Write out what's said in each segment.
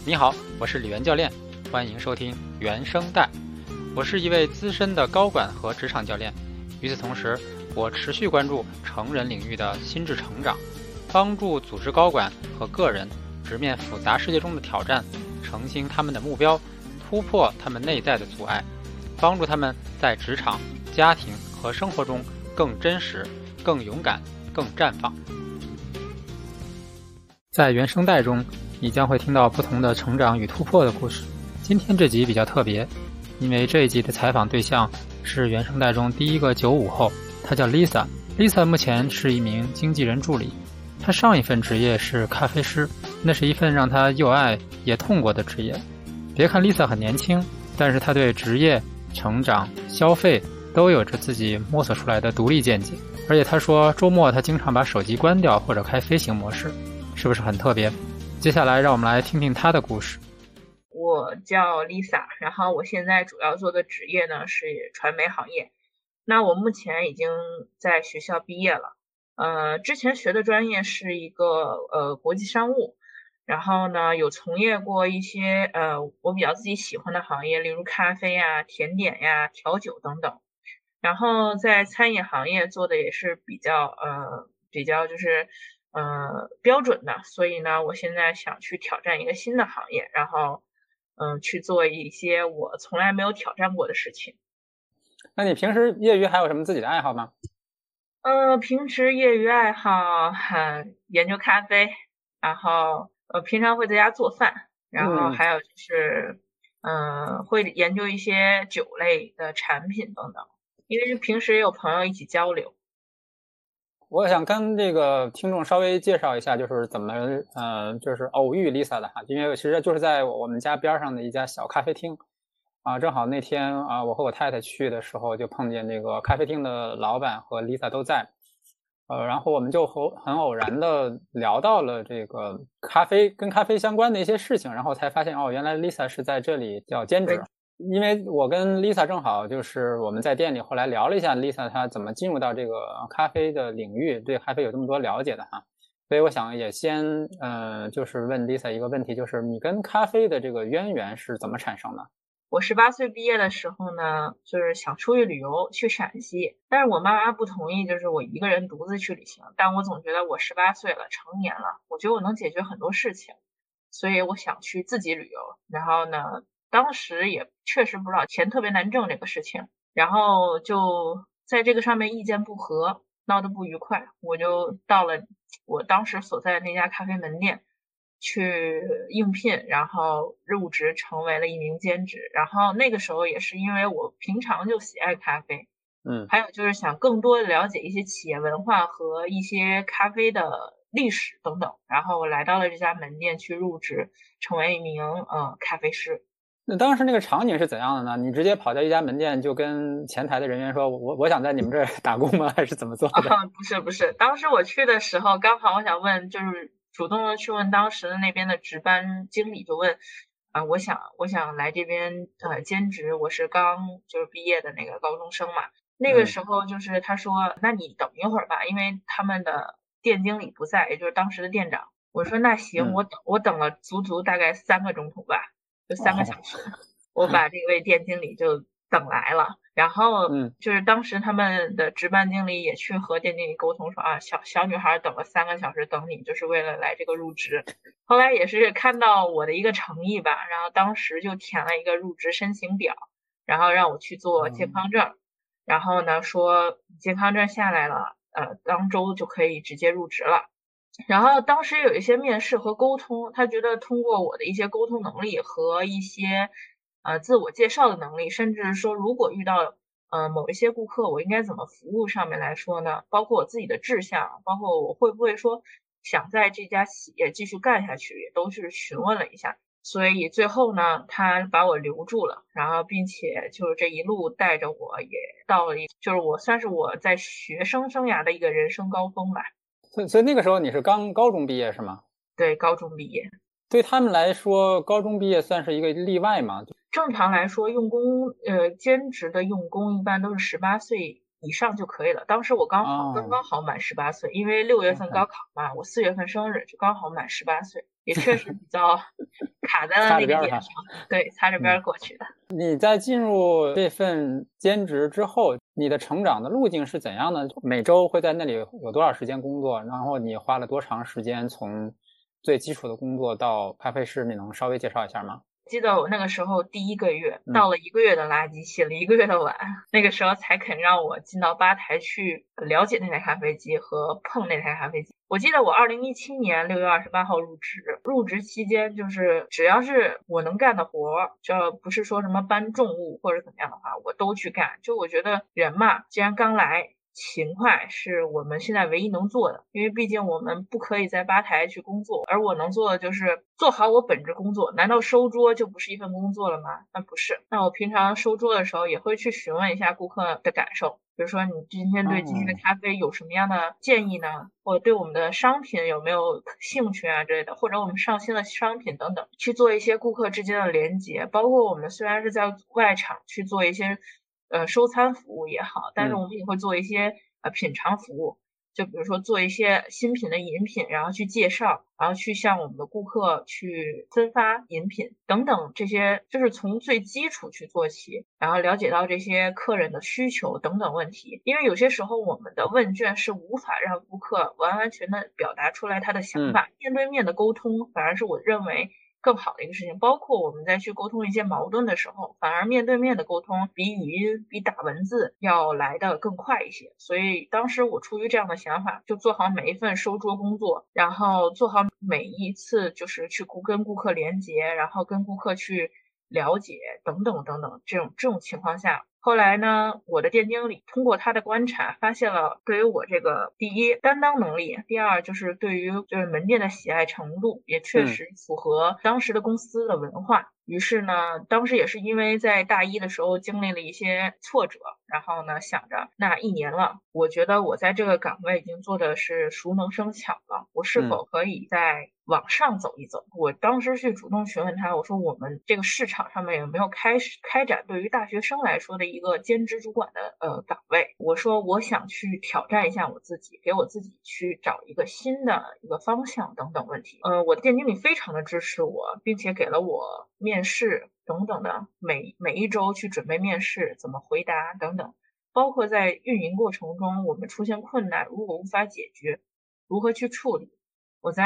你好，我是李源教练，欢迎收听原声带。我是一位资深的高管和职场教练，与此同时，我持续关注成人领域的心智成长，帮助组织高管和个人直面复杂世界中的挑战，澄清他们的目标，突破他们内在的阻碍，帮助他们在职场、家庭和生活中更真实、更勇敢、更绽放。在原声带中，你将会听到不同的成长与突破的故事。今天这集比较特别，因为这一集的采访对象是原声带中第一个95后，她叫 Lisa。Lisa 目前是一名经纪人助理，她上一份职业是咖啡师，那是一份让她又爱也痛过的职业。别看 Lisa 很年轻，但是她对职业、成长、消费都有着自己摸索出来的独立见解。而且她说周末她经常把手机关掉或者开飞行模式，是不是很特别？接下来让我们来听听她的故事。 我叫 Lisa， 然后我现在主要做的职业呢是传媒行业。那我目前已经在学校毕业了，之前学的专业是一个国际商务，然后呢有从业过一些我比较自己喜欢的行业，例如咖啡呀、甜点呀、调酒等等。然后在餐饮行业做的也是比较就是标准的，所以呢我现在想去挑战一个新的行业，然后去做一些我从来没有挑战过的事情。 那你平时业余还有什么自己的爱好吗？ 平时业余爱好研究咖啡，然后平常会在家做饭，然后还有就是会研究一些酒类的产品等等，因为平时也有朋友一起交流。 我想跟这个听众稍微介绍一下，就是怎么就是偶遇 Lisa 的哈，因为其实就是在我们家边上的一家小咖啡厅啊，正好那天啊，我和我太太去的时候就碰见这个咖啡厅的老板和 Lisa 都在，然后我们就很偶然的聊到了这个跟咖啡相关的一些事情，然后才发现哦，原来 Lisa 是在这里叫兼职。因为我跟 Lisa 正好就是我们在店里后来聊了一下 Lisa 她怎么进入到这个咖啡的领域，对咖啡有这么多了解的哈，所以我想也先就是问 Lisa 一个问题，就是你跟咖啡的这个渊源是怎么产生的？ 我18岁毕业的时候呢，就是想出去旅游，去陕西，但是我妈妈不同意，就是我一个人独自去旅行。但我总觉得我18岁了，成年了，我觉得我能解决很多事情，所以我想去自己旅游。然后呢，当时也确实不知道钱特别难挣这个事情，然后就在这个上面意见不合，闹得不愉快，我就到了我当时所在的那家咖啡门店去应聘，然后入职成为了一名兼职。然后那个时候也是因为我平常就喜爱咖啡，还有就是想更多的了解一些企业文化和一些咖啡的历史等等，然后我来到了这家门店去入职，成为一名咖啡师。 那当时那个场景是怎样的呢？你直接跑到一家门店就跟前台的人员说我想在你们这儿打工吗？还是怎么做的？ 不是，当时我去的时候刚好我想问，就是主动的去问当时的那边的值班经理，就问我想来这边兼职，我是刚就是毕业的那个高中生嘛。那个时候就是他说那你等一会儿吧，因为他们的店经理不在，也就是当时的店长。我说那行，我等了足足大概3个钟头吧，就3个小时，我把这位店经理就等来了。然后就是当时他们的值班经理也去和店经理沟通说啊，小女孩等了3个小时等你，就是为了来这个入职。后来也是看到我的一个诚意吧，然后当时就填了一个入职申请表，然后让我去做健康证，然后呢说健康证下来了，当周就可以直接入职了。然后当时有一些面试和沟通，他觉得通过我的一些沟通能力和一些自我介绍的能力，甚至说如果遇到某一些顾客，我应该怎么服务上面来说呢？包括我自己的志向，包括我会不会说想在这家企业继续干下去，也都是询问了一下。所以最后呢，他把我留住了，然后并且就是这一路带着我也到了就是我算是我在学生生涯的一个人生高峰吧。 所以那个时候你是刚高中毕业是吗？ 对，高中毕业。 对他们来说，高中毕业算是一个例外嘛？ 正常来说，兼职的用工一般都是18岁以上就可以了。当时我刚刚好满18岁，因为6月份高考嘛，我4月份生日，就刚好满18岁，也确实比较卡在了那个点上，对，擦着边过去的。 你在进入这份兼职之后，你的成长的路径是怎样的？每周会在那里有多少时间工作？然后你花了多长时间从最基础的工作到咖啡师，你能稍微介绍一下吗？ 记得我那个时候第1个月倒了1个月的垃圾，洗了1个月的碗，那个时候才肯让我进到吧台去了解那台咖啡机和碰那台咖啡机。我记得我2017年6月28号入职，入职期间就是只要是我能干的活，就不是说什么搬重物或者怎么样的话，我都去干。就我觉得人嘛，既然刚来，勤快是我们现在唯一能做的，因为毕竟我们不可以在吧台去工作，而我能做的就是做好我本职工作。难道收桌就不是一份工作了吗？那不是。那我平常收桌的时候也会去询问一下顾客的感受，比如说你今天对今天的咖啡有什么样的建议呢？或者对我们的商品有没有兴趣啊之类的，或者我们上新的商品等等，去做一些顾客之间的连接。包括我们虽然是在外场去做一些收餐服务也好，但是我们也会做一些品尝服务，就比如说做一些新品的饮品，然后去介绍，然后去向我们的顾客去分发饮品等等，这些就是从最基础去做起，然后了解到这些客人的需求等等问题。因为有些时候我们的问卷是无法让顾客完完全的表达出来他的想法，面对面的沟通反而是我认为更好的一个事情。包括我们在去沟通一些矛盾的时候，反而面对面的沟通比语音比打文字要来得更快一些。所以当时我出于这样的想法，就做好每一份收桌工作，然后做好每一次就是去跟顾客连接，然后跟顾客去了解等等等等，这种情况下，后来呢，我的店经理通过他的观察，发现了对于我这个第一担当能力，第二就是对于就是门店的喜爱程度，也确实符合当时的公司的文化。于是呢，当时也是因为在大一的时候经历了一些挫折，然后呢想着那1年了，我觉得我在这个岗位已经做的是熟能生巧了，我是否可以再往上走一走？我当时去主动询问他，我说我们这个市场上面有没有开展对于大学生来说的一个兼职主管的岗位？我说我想去挑战一下我自己，给我自己去找一个新的一个方向等等问题。我的店经理非常的支持我，并且给了我面试等等的每一周去准备面试，怎么回答等等，包括在运营过程中我们出现困难，如果无法解决，如何去处理。我在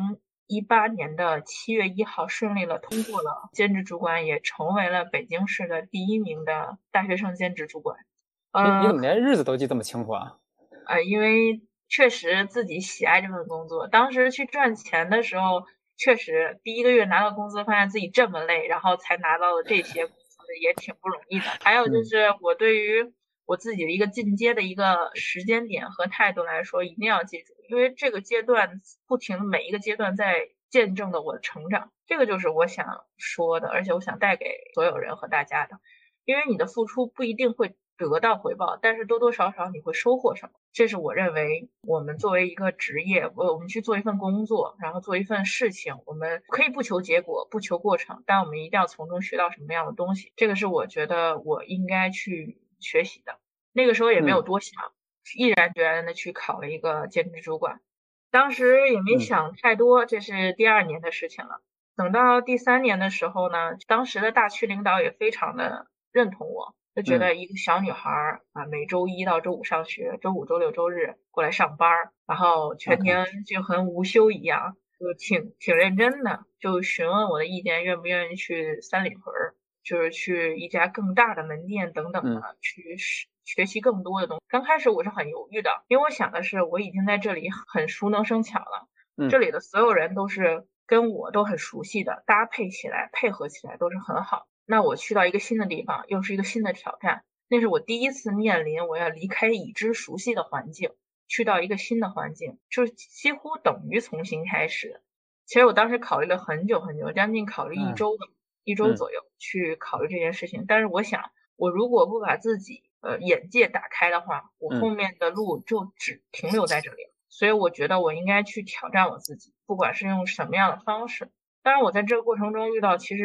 2018年的7月1号顺利了通过了兼职主管，也成为了北京市的第1名的大学生兼职主管。 你怎么连日子都记这么清楚啊？ 因为确实自己喜爱这份工作，当时去赚钱的时候，确实第1个月拿到工资，发现自己这么累，然后才拿到了这些工资，也挺不容易的。还有就是我对于我自己的一个进阶的一个时间点和态度来说，一定要记住，因为这个阶段不停的每一个阶段在见证的我的成长，这个就是我想说的，而且我想带给所有人和大家的。因为你的付出不一定会得到回报，但是多多少少你会收获什么，这是我认为我们作为一个职业，我们去做一份工作，然后做一份事情，我们可以不求结果，不求过程，但我们一定要从中学到什么样的东西，这个是我觉得我应该去学习的。那个时候也没有多想，毅然决然的去考了一个兼职主管，当时也没想太多，这是第2年的事情了。等到第3年的时候呢，当时的大区领导也非常的认同我，就觉得一个小女孩啊，每周1到周5上学，周5、周6、周日过来上班，然后全天就和无休一样，就挺认真的，就询问我的意见，愿不愿意去三里屯，就是去一家更大的门店等等的，去学习更多的东西。刚开始我是很犹豫的，因为我想的是我已经在这里很熟能生巧了，这里的所有人都是跟我都很熟悉的，搭配起来配合起来都是很好。那我去到一个新的地方，又是一个新的挑战，那是我第一次面临我要离开已知熟悉的环境，去到一个新的环境，就是几乎等于重新开始。其实我当时考虑了很久很久，将近考虑1周1周左右去考虑这件事情。但是我想，我如果不把自己眼界打开的话，我后面的路就只停留在这里了。所以我觉得我应该去挑战我自己，不管是用什么样的方式。当然我在这个过程中遇到其实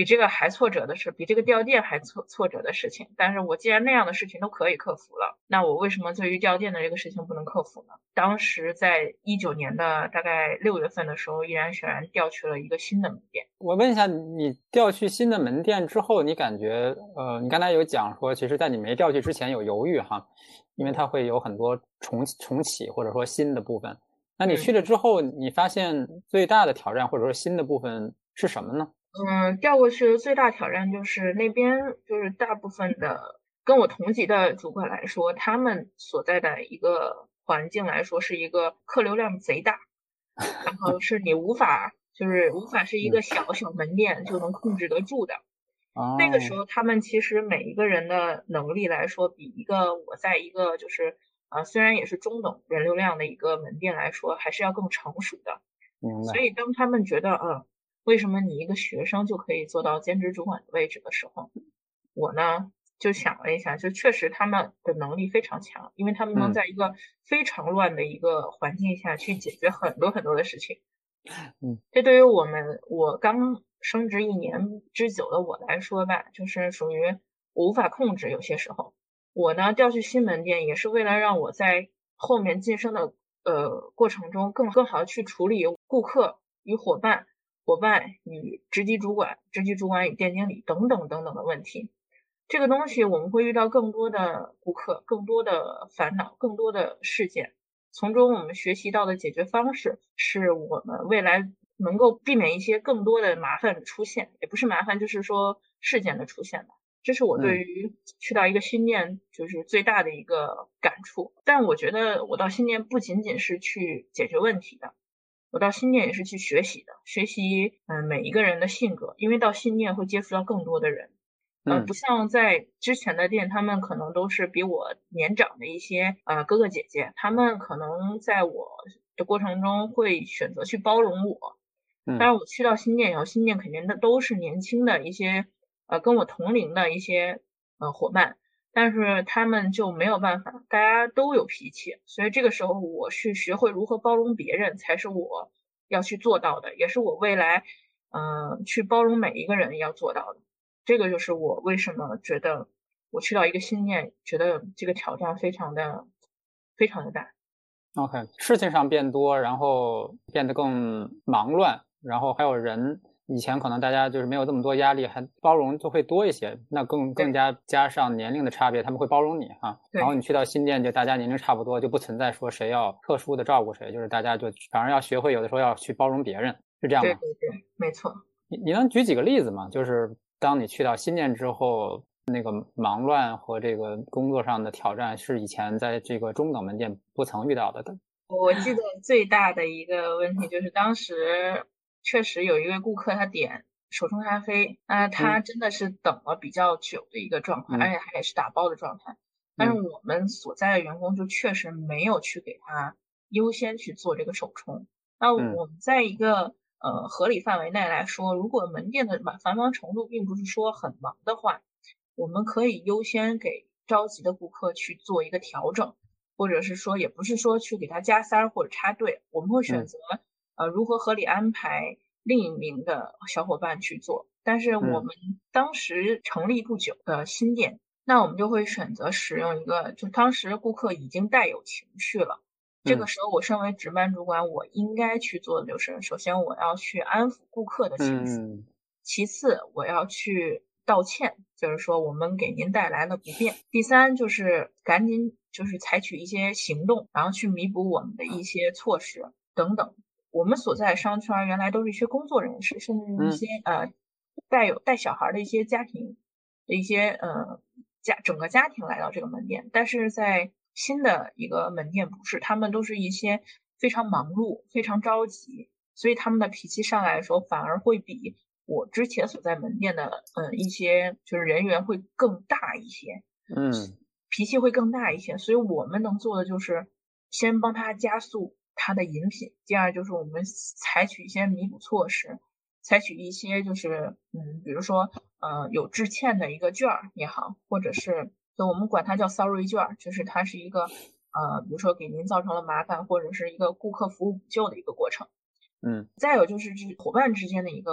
比这个还挫折的事，比这个掉店还挫折的事情。但是我既然那样的事情都可以克服了，那我为什么对于掉店的这个事情不能克服呢？当时在19年的大概6月份的时候，毅然决然调去了一个新的门店。 我问一下，你调去新的门店之后，你感觉你刚才有讲说，其实在你没调去之前有犹豫哈，因为它会有很多重启或者说新的部分。那你去了之后，你发现最大的挑战或者说新的部分是什么呢？ 调过去的最大挑战就是那边就是大部分的跟我同级的主管来说，他们所在的一个环境来说是一个客流量贼大，然后是你无法是一个小门店就能控制得住的。那个时哦， 候他们其实每一个人的能力来说，比我在一个虽然也是中等人流量的一个门店来说，还是要更成熟的。 明白。 所以当他们觉得为什么你一个学生就可以做到兼职主管的位置的时候，我呢就想了一下，就确实他们的能力非常强，因为他们能在一个非常乱的一个环境下去解决很多很多的事情。这对于我刚升职1年之久的我来说吧，就是属于我无法控制，有些时候。我呢调去新门店，也是为了让我在后面晋升的过程中更好的去处理顾客与伙伴、伙伴与直级主管、直级主管与店经理等等等等的问题。这个东西我们会遇到更多的顾客、更多的烦恼、更多的事件，从中我们学习到的解决方式，是我们未来能够避免一些更多的麻烦的出现，也不是麻烦，就是说事件的出现吧。这是我对于去到一个新店就是最大的一个感触。但我觉得我到新店不仅仅是去解决问题的，我到新店也是去学习的，学习每一个人的性格，因为到新店会接触到更多的人。不像在之前的店，他们可能都是比我年长的一些哥哥姐姐，他们可能在我的过程中会选择去包容我。但是我去到新店以后，新店肯定的都是年轻的一些跟我同龄的一些伙伴，但是他们就没有办法，大家都有脾气，所以这个时候我去学会如何包容别人，才是我要去做到的，也是我未来去包容每一个人要做到的。这个就是我为什么觉得我去到一个新店，觉得这个挑战非常的大。 OK，事情上变多，然后变得更忙乱，然后还有人，以前可能大家就是没有这么多压力，还包容就会多一些，那更加加上年龄的差别，他们会包容你哈。然后你去到新店，就大家年龄差不多，就不存在说谁要特殊的照顾谁，就是大家就反而要学会有的时候要去包容别人，是这样吗？ 对对对，没错。 你能举几个例子吗？就是当你去到新店之后，那个忙乱和这个工作上的挑战是以前在这个中等门店不曾遇到的。 我记得最大的一个问题就是当时确实有一位顾客他点手冲咖啡，他真的是等了比较久的一个状态，而且还是打包的状态。但是我们所在的员工就确实没有去给他优先去做这个手冲。那我们在一个合理范围内来说，如果门店的繁忙程度并不是说很忙的话，我们可以优先给着急的顾客去做一个调整。或者是说，也不是说去给他加塞或者插队，我们会选择如何合理安排另一名的小伙伴去做。但是我们当时成立不久的新店，那我们就会选择使用一个，就当时顾客已经带有情绪了。这个时候，我身为值班主管，我应该去做的就是，首先我要去安抚顾客的情绪，其次我要去道歉，就是说我们给您带来了不便。第三就是赶紧就是采取一些行动，然后去弥补我们的一些措施等等。我们所在的商圈原来都是一些工作人士，甚至一些带小孩的一些家庭的一些整个家庭来到这个门店，但是在新的一个门店不是，他们都是一些非常忙碌、非常着急，所以他们的脾气上来的时候反而会比我之前所在门店的一些就是人员会更大一些，脾气会更大一些，所以我们能做的就是先帮他加速他的饮品，第二就是我们采取一些弥补措施，采取一些就是比如说有致歉的一个券也好，或者是就我们管它叫 sorry 券，就是它是一个比如说给您造成了麻烦，或者是一个顾客服务补救的一个过程。再有就是伙伴之间的一个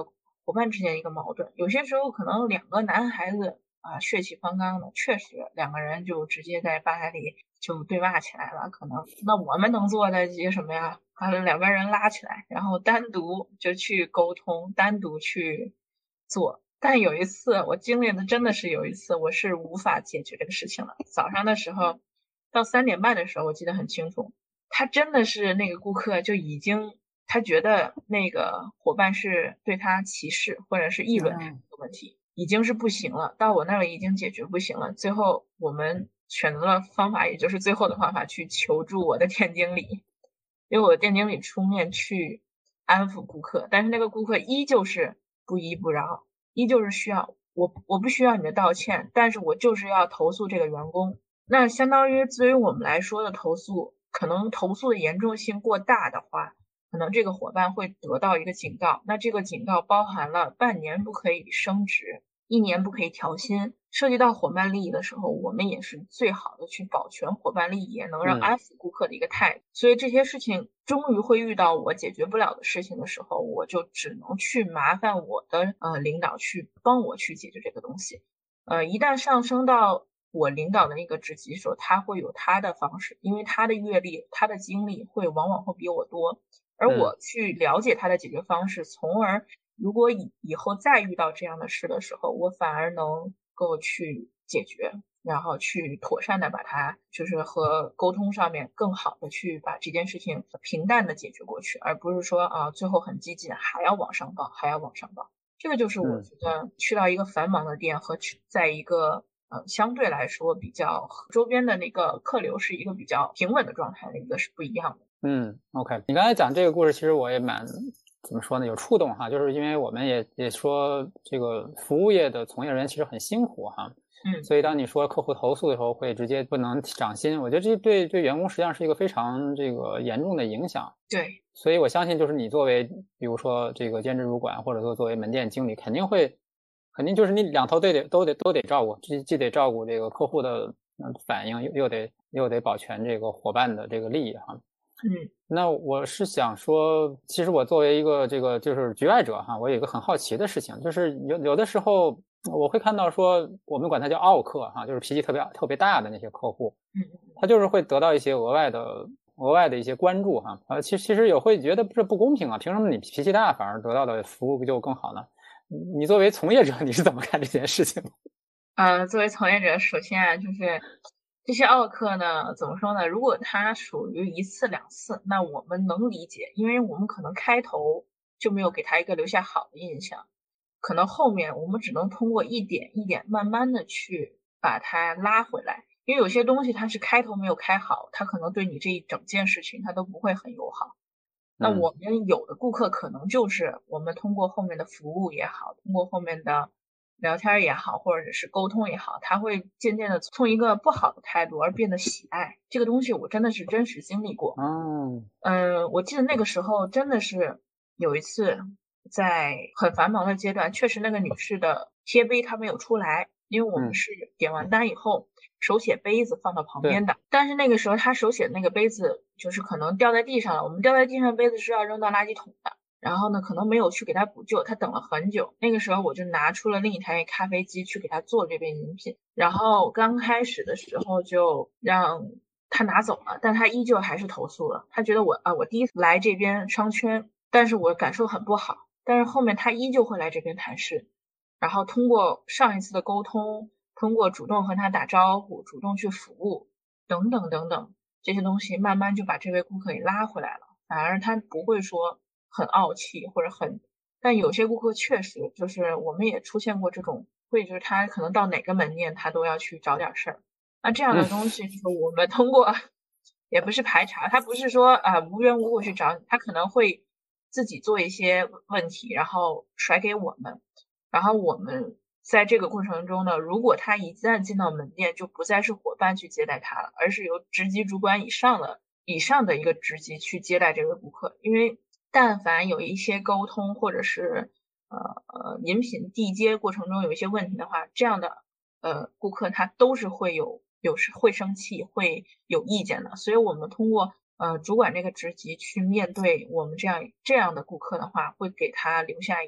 伙伴之间一个矛盾。有些时候可能两个男孩子啊血气方刚的，确实两个人就直接在吧台里就对骂起来了。可能那我们能做的一些什么呀？把两边人拉起来，然后单独就去沟通，单独去做。但有一次我经历的真的是有一次我是无法解决这个事情了。早上的时候到3点半的时候，我记得很清楚，他真的是那个顾客就已经他觉得那个伙伴是对他歧视或者是议论他这个问题，已经是不行了，到我那儿已经解决不行了。最后我们选择了方法，也就是最后的方法，去求助我的店经理，因为我的店经理出面去安抚顾客，但是那个顾客依旧是不依不饶，依旧是需要我不需要你的道歉，但是我就是要投诉这个员工。那相当于对于我们来说的投诉，可能投诉的严重性过大的话，可能这个伙伴会得到一个警告，那这个警告包含了半年不可以升职，1年不可以调薪。涉及到伙伴利益的时候，我们也是最好的去保全伙伴利益，也能让安抚顾客的一个态度。所以这些事情终于会遇到我解决不了的事情的时候，我就只能去麻烦我的领导去帮我去解决这个东西。一旦上升到我领导的那个职级的时候，他会有他的方式，因为他的阅历、他的经历往往会比我多，而我去了解他的解决方式，从而如果以后再遇到这样的事的时候，我反而能够去解决，然后去妥善的把它就是和沟通上面更好的去把这件事情平淡的解决过去，而不是说啊最后很激进还要往上报，还要往上报。这个就是我觉得去到一个繁忙的店和在一个相对来说比较周边的那个客流是一个比较平稳的状态的一个是不一样的。 OK， 你刚才讲这个故事，其实我也蛮怎么说呢，有触动哈，就是因为我们也说这个服务业的从业人员其实很辛苦哈，所以当你说客户投诉的时候会直接不能涨薪，我觉得这对员工实际上是一个非常这个严重的影响。 对， 所以我相信就是你作为比如说这个兼职主管或者说作为门店经理，肯定就是你两头都得照顾，既得照顾这个客户的反应，又得保全这个伙伴的这个利益哈。那我是想说，其实我作为一个这个就是局外者哈，我有一个很好奇的事情，就是有的时候我会看到说，我们管他叫傲客哈，就是脾气特别大的那些客户，他就是会得到一些额外的一些关注哈，其实也会觉得这不公平啊，凭什么你脾气大反而得到的服务就更好呢？你作为从业者，你是怎么看这件事情的？ 作为从业者，首先啊，就是这些奥客呢，怎么说呢？如果他属于1次2次，那我们能理解，因为我们可能开头就没有给他一个留下好的印象，可能后面我们只能通过一点一点慢慢的去把他拉回来，因为有些东西它是开头没有开好，他可能对你这一整件事情他都不会很友好。那我们有的顾客可能就是我们通过后面的服务也好，通过后面的聊天也好，或者是沟通也好，他会渐渐的从一个不好的态度而变得喜爱。这个东西我真的是真实经历过。我记得那个时候真的是有一次在很繁忙的阶段，确实那个女士的贴杯她没有出来，因为我们是点完单以后手写杯子放到旁边的，但是那个时候她手写的那个杯子就是可能掉在地上了，我们掉在地上的杯子是要扔到垃圾桶的，然后呢可能没有去给她补救，她等了很久，那个时候我就拿出了另一台咖啡机去给她做这杯饮品，然后刚开始的时候就让他拿走了，但他依旧还是投诉了，他觉得我第一次来这边商圈，但是我感受很不好，但是后面他依旧会来这边谈事，然后通过上一次的沟通，通过主动和他打招呼，主动去服务等等等等这些东西，慢慢就把这位顾客给拉回来了，反而他不会说很傲气或者但有些顾客确实就是我们也出现过这种会，就是他可能到哪个门店他都要去找点事儿，那这样的东西就是我们通过也不是排查，他不是说无缘无故去找你，他可能会自己做一些问题，然后甩给我们，然后我们在这个过程中呢，如果他一旦进到门店，就不再是伙伴去接待他了，而是由职级主管以上的一个职级去接待这位顾客，因为但凡有一些沟通或者是饮品递接过程中有一些问题的话，这样的顾客他都是会生气会有意见的，所以我们通过主管这个职级去面对我们这样的顾客的话，会给他留下一个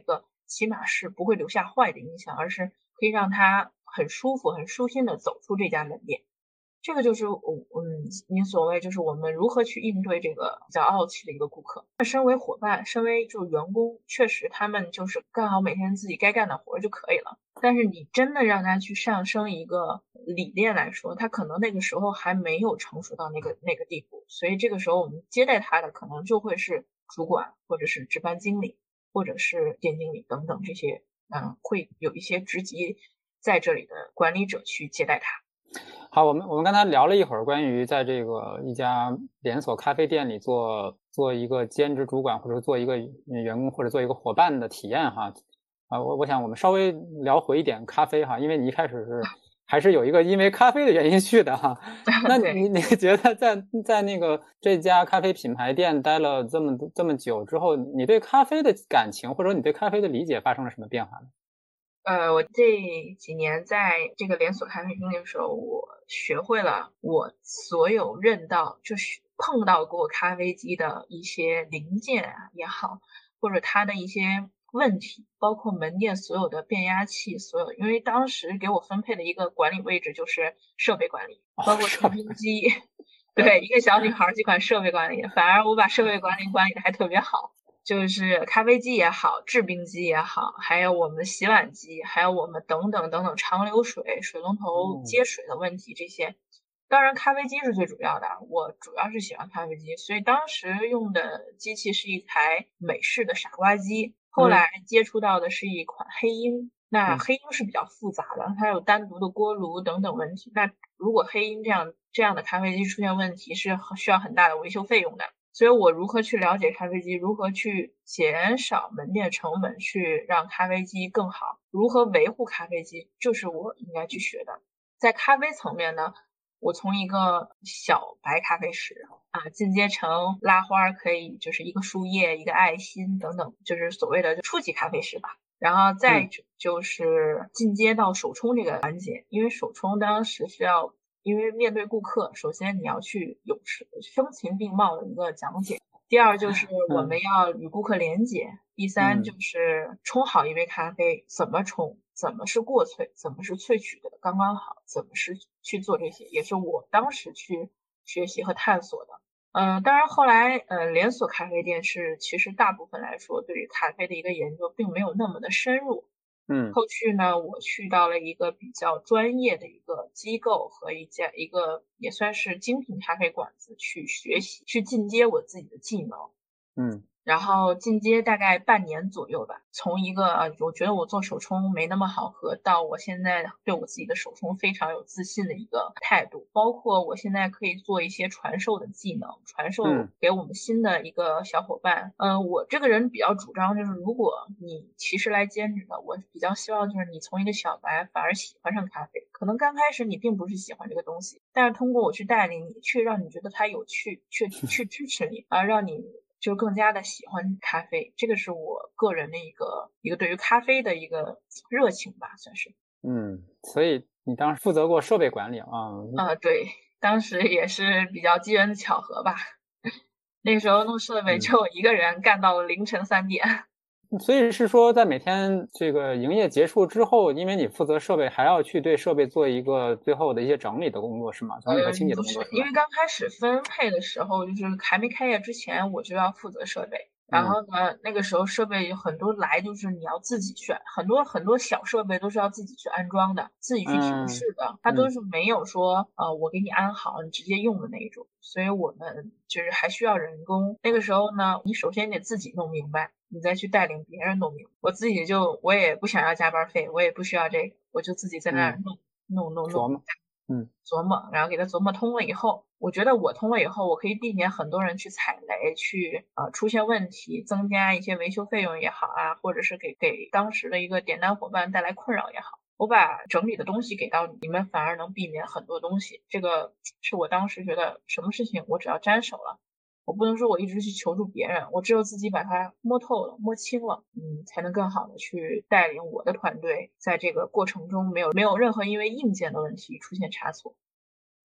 起码是不会留下坏的印象，而是可以让他很舒服、很舒心的走出这家门店。这个就是你所谓就是我们如何去应对这个比较傲气的一个顾客。身为伙伴，身为就是员工，确实他们就是干好每天自己该干的活就可以了。但是你真的让他去上升一个理念来说，他可能那个时候还没有成熟到那个地步，所以这个时候我们接待他的可能就会是主管，或者是值班经理，或者是店经理等等这些，会有一些职级在这里的管理者去接待他。 好，我们刚才聊了一会儿关于在这个一家连锁咖啡店里做一个兼职主管，或者做一个员工，或者做一个伙伴的体验哈。我想我们稍微聊回一点咖啡哈，因为你一开始还是有一个因为咖啡的原因去的哈。那你觉得在那个这家咖啡品牌店待了这么久之后，你对咖啡的感情或者你对咖啡的理解发生了什么变化呢？ 我这几年在这个连锁咖啡厅的时候，我学会了我所有就是碰到过咖啡机的一些零件啊也好，或者它的一些问题，包括门店所有的变压器，因为当时给我分配的一个管理位置就是设备管理，包括制冰机，对，一个小女孩去管设备管理，反而我把设备管理的还特别好。就是咖啡机也好，制冰机也好，还有我们的洗碗机，还有我们等等等等长流水、水龙头接水的问题这些。当然，咖啡机是最主要的，我主要是喜欢咖啡机，所以当时用的机器是一台美式的傻瓜机，后来接触到的是一款黑鹰。那黑鹰是比较复杂的，它有单独的锅炉等等问题。那如果黑鹰这样的咖啡机出现问题，是需要很大的维修费用的。所以我如何去了解咖啡机，如何去减少门店成本，去让咖啡机更好，如何维护咖啡机，就是我应该去学的。在咖啡层面呢，我从一个小白咖啡师进阶成拉花，可以就是一个树叶、一个爱心等等，就是所谓的初级咖啡师吧。然后再就是进阶到手冲这个环节，因为手冲当时是要。因为面对顾客，首先你要去有声情并茂的一个讲解，第二就是我们要与顾客连接，第三就是冲好一杯咖啡怎么冲，怎么是过萃，怎么是萃取的刚刚好，怎么是去做这些，也是我当时去学习和探索的。当然后来连锁咖啡店其实大部分来说对于咖啡的一个研究并没有那么的深入。后续呢，我去到了一个比较专业的一个机构和一个也算是精品咖啡馆子去学习，去进阶我自己的技能。然后进阶大概半年左右吧，从一个我觉得我做手冲没那么好喝，到我现在对我自己的手冲非常有自信的一个态度，包括我现在可以做一些传授的技能，传授给我们新的一个小伙伴。我这个人比较主张就是，如果你其实来兼职的，我比较希望就是你从一个小白反而喜欢上咖啡，可能刚开始你并不是喜欢这个东西，但是通过我去带领你，去让你觉得它有趣，去支持你，让你就更加的喜欢咖啡，这个是我个人的一个对于咖啡的一个热情吧，算是。 所以你当时负责过设备管理对，当时也是比较机缘的巧合吧。那时候弄设备就我一个人干到了凌晨3点。 所以是说，在每天这个营业结束之后，因为你负责设备，还要去对设备做一个最后的一些整理的工作，是吗？整理和清洁的工作，是吗？ 因为刚开始分配的时候，就是还没开业之前，我就要负责设备。然后呢，那个时候设备很多来，就是你要自己去，很多小设备都是要自己去安装的，自己去调试的，它都是没有说我给你安好，你直接用的那种。所以我们就是还需要人工。那个时候呢，你首先得自己弄明白，你再去带领别人弄明白。我也不想要加班费，我也不需要这个，我就自己在那儿弄琢磨，然后给它琢磨通了以后，我觉得我通了以后，我可以避免很多人去踩雷，去出现问题，增加一些维修费用也好或者是给当时的一个点单伙伴带来困扰也好，我把整理的东西给到你们，反而能避免很多东西。这个是我当时觉得什么事情我只要沾手了，我不能说我一直去求助别人，我只有自己把它摸透了、摸清了，才能更好的去带领我的团队，在这个过程中没有任何因为硬件的问题出现差错。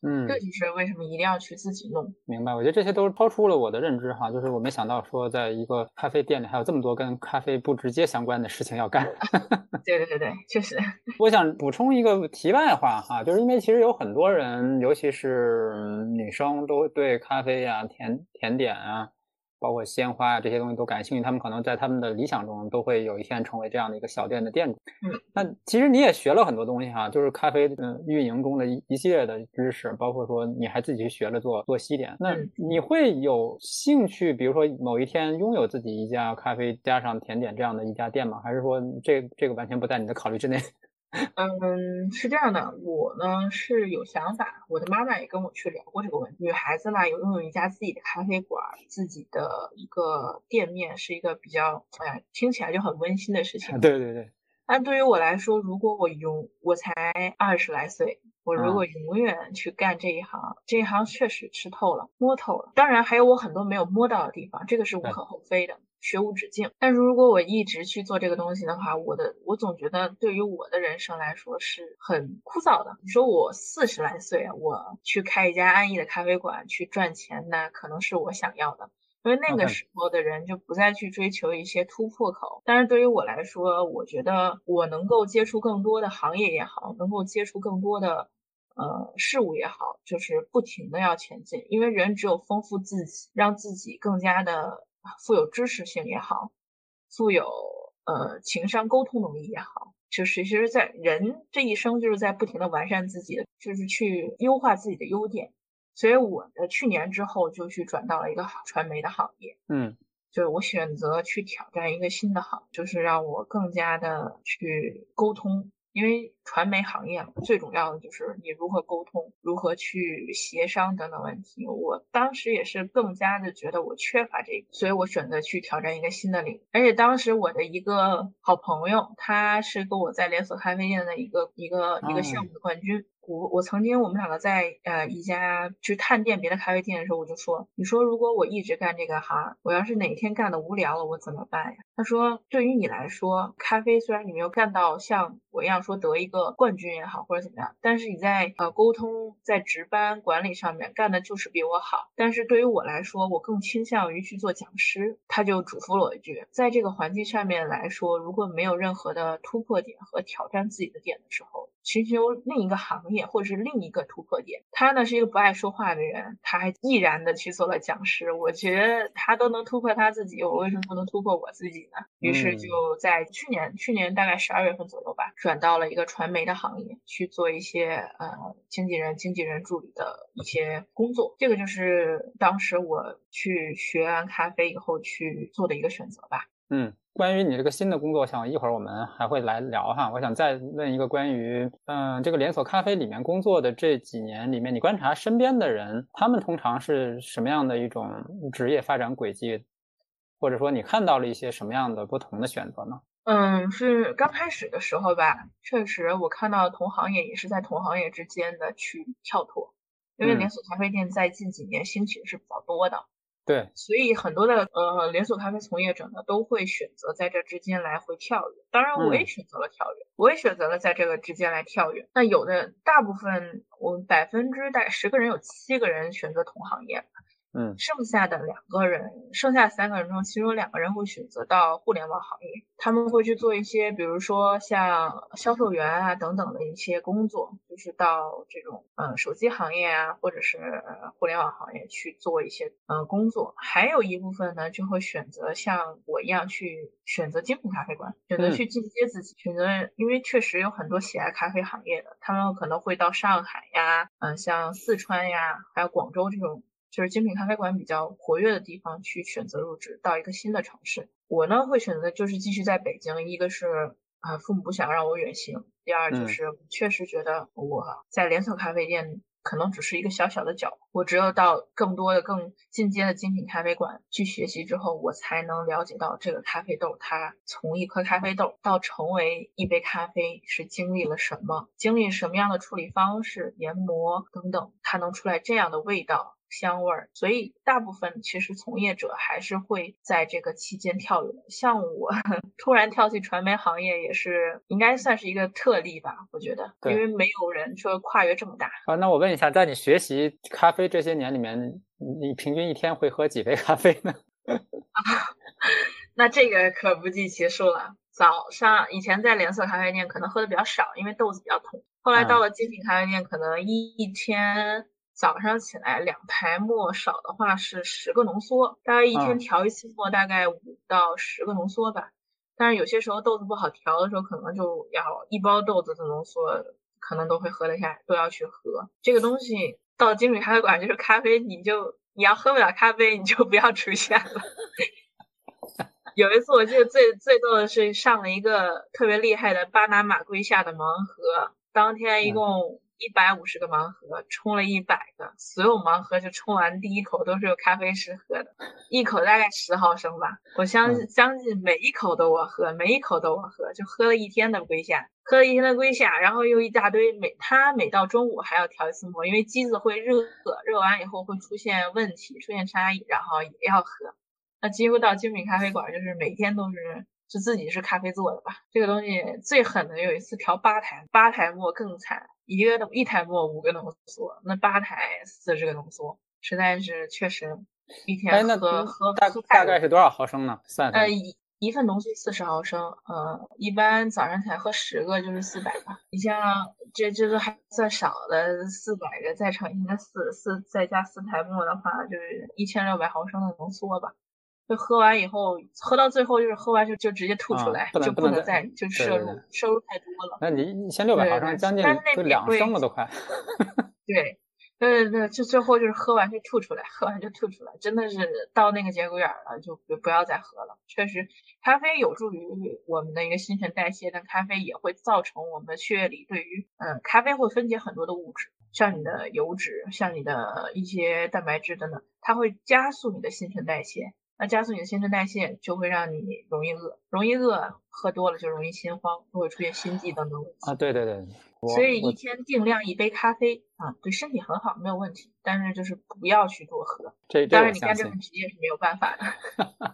这就是为什么一定要去自己弄。 明白，我觉得这些都超出了我的认知哈，就是我没想到说在一个咖啡店里还有这么多跟咖啡不直接相关的事情要干。 对，确实。 我想补充一个题外话哈，就是因为其实有很多人，尤其是女生，都对咖啡呀、甜点啊，包括鲜花啊这些东西都感兴趣。他们可能在他们的理想中都会有一天成为这样的一个小店的店主。那其实你也学了很多东西哈，就是咖啡运营中的一系列的知识，包括说你还自己去学了做西点。那你会有兴趣，比如说某一天拥有自己一家咖啡加上甜点这样的一家店吗？还是说这个完全不在你的考虑之内？ 是这样的，我呢是有想法，我的妈妈也跟我去聊过这个问题。女孩子嘛，拥有一家自己的咖啡馆，自己的一个店面，是一个比较，听起来就很温馨的事情。 对。 但对于我来说，如果我才20来岁，我如果永远去干这一行，这一行确实吃透了，摸透了。当然还有我很多没有摸到的地方，这个是无可厚非的。学无止境，但是如果我一直去做这个东西的话，我总觉得对于我的人生来说是很枯燥的。你说我40来岁，我去开一家安逸的咖啡馆去赚钱，那可能是我想要的。因为那个时候的人就不再去追求一些突破口，但是对于我来说，我觉得我能够接触更多的行业也好，能够接触更多的事物也好，就是不停的要前进。因为人只有丰富自己，让自己更加的富有知识性也好，富有情商沟通能力也好，就是其实在人这一生就是在不停的完善自己的，就是去优化自己的优点。所以我的去年之后就去转到了一个传媒的行业，就是我选择去挑战一个新的行业，就是让我更加的去沟通。因为传媒行业最重要的就是你如何沟通，如何去协商等等问题。我当时也是更加的觉得我缺乏这个，所以我选择去挑战一个新的领域。而且当时我的一个好朋友，他是跟我在连锁咖啡店的一个项目的冠军。我曾经我们两个在一家去探店别的咖啡店的时候，我就说，你说如果我一直干这个行，我要是哪天干的无聊了，我怎么办呀？他说，对于你来说，咖啡虽然你没有干到像我一样说得一个冠军也好，或者怎么样，但是你在沟通、在值班管理上面干的就是比我好。但是对于我来说，我更倾向于去做讲师。他就嘱咐了我一句，在这个环境上面来说，如果没有任何的突破点和挑战自己的点的时候，寻求另一个行业或者是另一个突破点。他呢是一个不爱说话的人，他还毅然的去做了讲师。我觉得他都能突破他自己，我为什么不能突破我自己呢？于是就在去年大概12月份左右吧，转到了一个传媒的行业去做一些经纪人助理的一些工作。这个就是当时我去学完咖啡以后去做的一个选择吧。 关于你这个新的工作，想一会儿我们还会来聊哈。我想再问一个关于这个连锁咖啡里面工作的这几年里面，你观察身边的人，他们通常是什么样的一种职业发展轨迹，或者说你看到了一些什么样的不同的选择呢？ 是刚开始的时候吧，确实我看到同行业也是在同行业之间的去跳脱，因为连锁咖啡店在近几年兴起的是比较多的。 对， 所以很多的连锁咖啡从业者呢，都会选择在这之间来回跳跃。当然，我也选择了跳跃，我也选择了在这个之间来跳跃。那有的大部分，我们大概10个人有7个人选择同行业。剩下的2个人，剩下3个人中，其中2个人会选择到互联网行业，他们会去做一些，比如说像销售员啊等等的一些工作，就是到这种手机行业啊，或者是互联网行业去做一些工作。还有一部分呢，就会选择像我一样去选择精品咖啡馆，选择去进阶自己，选择，因为确实有很多喜爱咖啡行业的，他们可能会到上海呀，像四川呀，还有广州这种。就是精品咖啡馆比较活跃的地方去选择入职到一个新的城市。我呢会选择就是继续在北京，一个是父母不想让我远行，第二就是确实觉得我在连锁咖啡店可能只是一个小小的角，我只有到更多的更进阶的精品咖啡馆去学习之后，我才能了解到这个咖啡豆它从一颗咖啡豆到成为一杯咖啡是经历了什么，经历什么样的处理方式、研磨等等，它能出来这样的味道。 香味儿，所以大部分其实从业者还是会在这个期间跳跃的。像我突然跳进传媒行业，也是应该算是一个特例吧，我觉得，因为没有人说跨越这么大。 那我问一下，在你学习咖啡这些年里面，你平均一天会喝几杯咖啡呢？ 那这个可不计其数了。早上以前在连锁咖啡店可能喝的比较少，因为豆子比较痛。后来到了精品咖啡店，可能一天早上起来2台沫，少的话是10个浓缩，大概一天调一次沫，大概5到10个浓缩吧。但是有些时候豆子不好调的时候，可能就要1包豆子的浓缩，可能都会喝得下，都要去喝。这个东西到精品咖啡馆就是咖啡，你要喝不了咖啡，你就不要出现了。有一次我记得最逗的是上了一个特别厉害的巴拿马瑰夏的盲盒，当天一共150个盲盒，冲了100个，所有盲盒就冲完第一口都是有咖啡师喝的，一口大概10毫升吧，我相信每一口都我喝，每一口都我喝，就喝了一天的瑰夏，然后又一大堆，每到中午还要调一次沫，因为机子会热完以后会出现问题，出现差异，然后也要喝。那几乎到精品咖啡馆，就是每天都是自己是咖啡做的吧。这个东西最狠的有一次调8台沫更惨，一台沫5个浓缩，那8台40个浓缩，实在是确实一天喝大概是多少毫升呢？算一份浓缩40毫升，一般早上起来喝10个就是400吧。你像这都还算少的，400个再乘以4再加4台沫的话，就是1600毫升的浓缩吧。就喝完以后，喝到最后就是喝完就直接吐出来，就不能再就摄入太多了。 那你1600毫升将近都2升了都快。 对，就最后就是喝完就吐出来，真的是到那个节骨眼了，就不要再喝了。确实，咖啡有助于我们的一个新陈代谢，但咖啡也会造成我们的血液里对于咖啡会分解很多的物质，像你的油脂，像你的一些蛋白质等等，它会加速你的新陈代谢。那加速你的新陈代谢，就会让你容易饿，喝多了就容易心慌，会出现心悸等等问题啊。对， 所以一天定量1杯咖啡啊，对身体很好，没有问题。但是就是不要去多喝。当然，你干这份职业是没有办法的。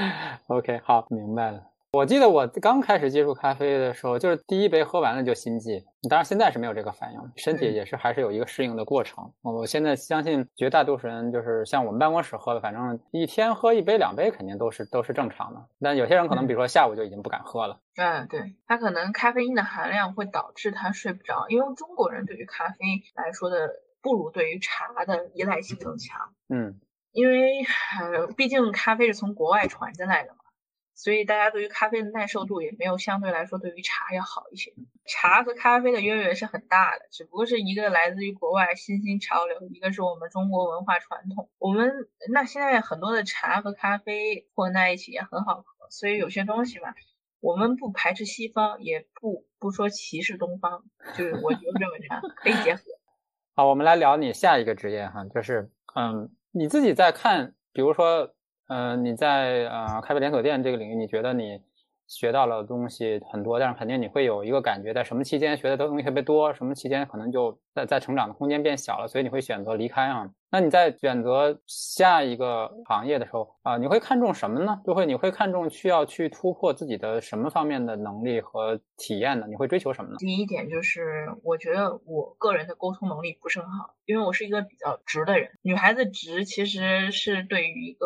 OK， 好，明白了。我记得我刚开始接触咖啡的时候，就是第一杯喝完了就心悸，当然现在是没有这个反应，身体也是还是有一个适应的过程。我现在相信绝大多数人就是像我们办公室喝的，反正一天喝1杯2杯肯定都是正常的。但有些人可能比如说下午就已经不敢喝了。 对，它可能咖啡因的含量会导致他睡不着，因为中国人对于咖啡来说的不如对于茶的依赖性更强。因为毕竟咖啡是从国外传进来的嘛。所以大家对于咖啡的耐受度也没有相对来说对于茶要好一些。茶和咖啡的渊源是很大的，只不过是一个来自于国外新兴潮流，一个是我们中国文化传统。那现在很多的茶和咖啡混在一起也很好喝，所以有些东西嘛，我们不排斥西方，也不说歧视东方，就是我就认为这样可以结合。 好，我们来聊你下一个职业哈，就是你自己在看，比如说你在咖啡连锁店这个领域，你觉得你学到了东西很多，但是肯定你会有一个感觉，在什么期间学的东西特别多，什么期间可能就在成长的空间变小了，所以你会选择离开啊。那你在选择下一个行业的时候你会看重什么呢？你会看重需要去突破自己的什么方面的能力和体验呢？你会追求什么呢？ 第一点就是我觉得我个人的沟通能力不是很好，因为我是一个比较直的人。女孩子直其实是对于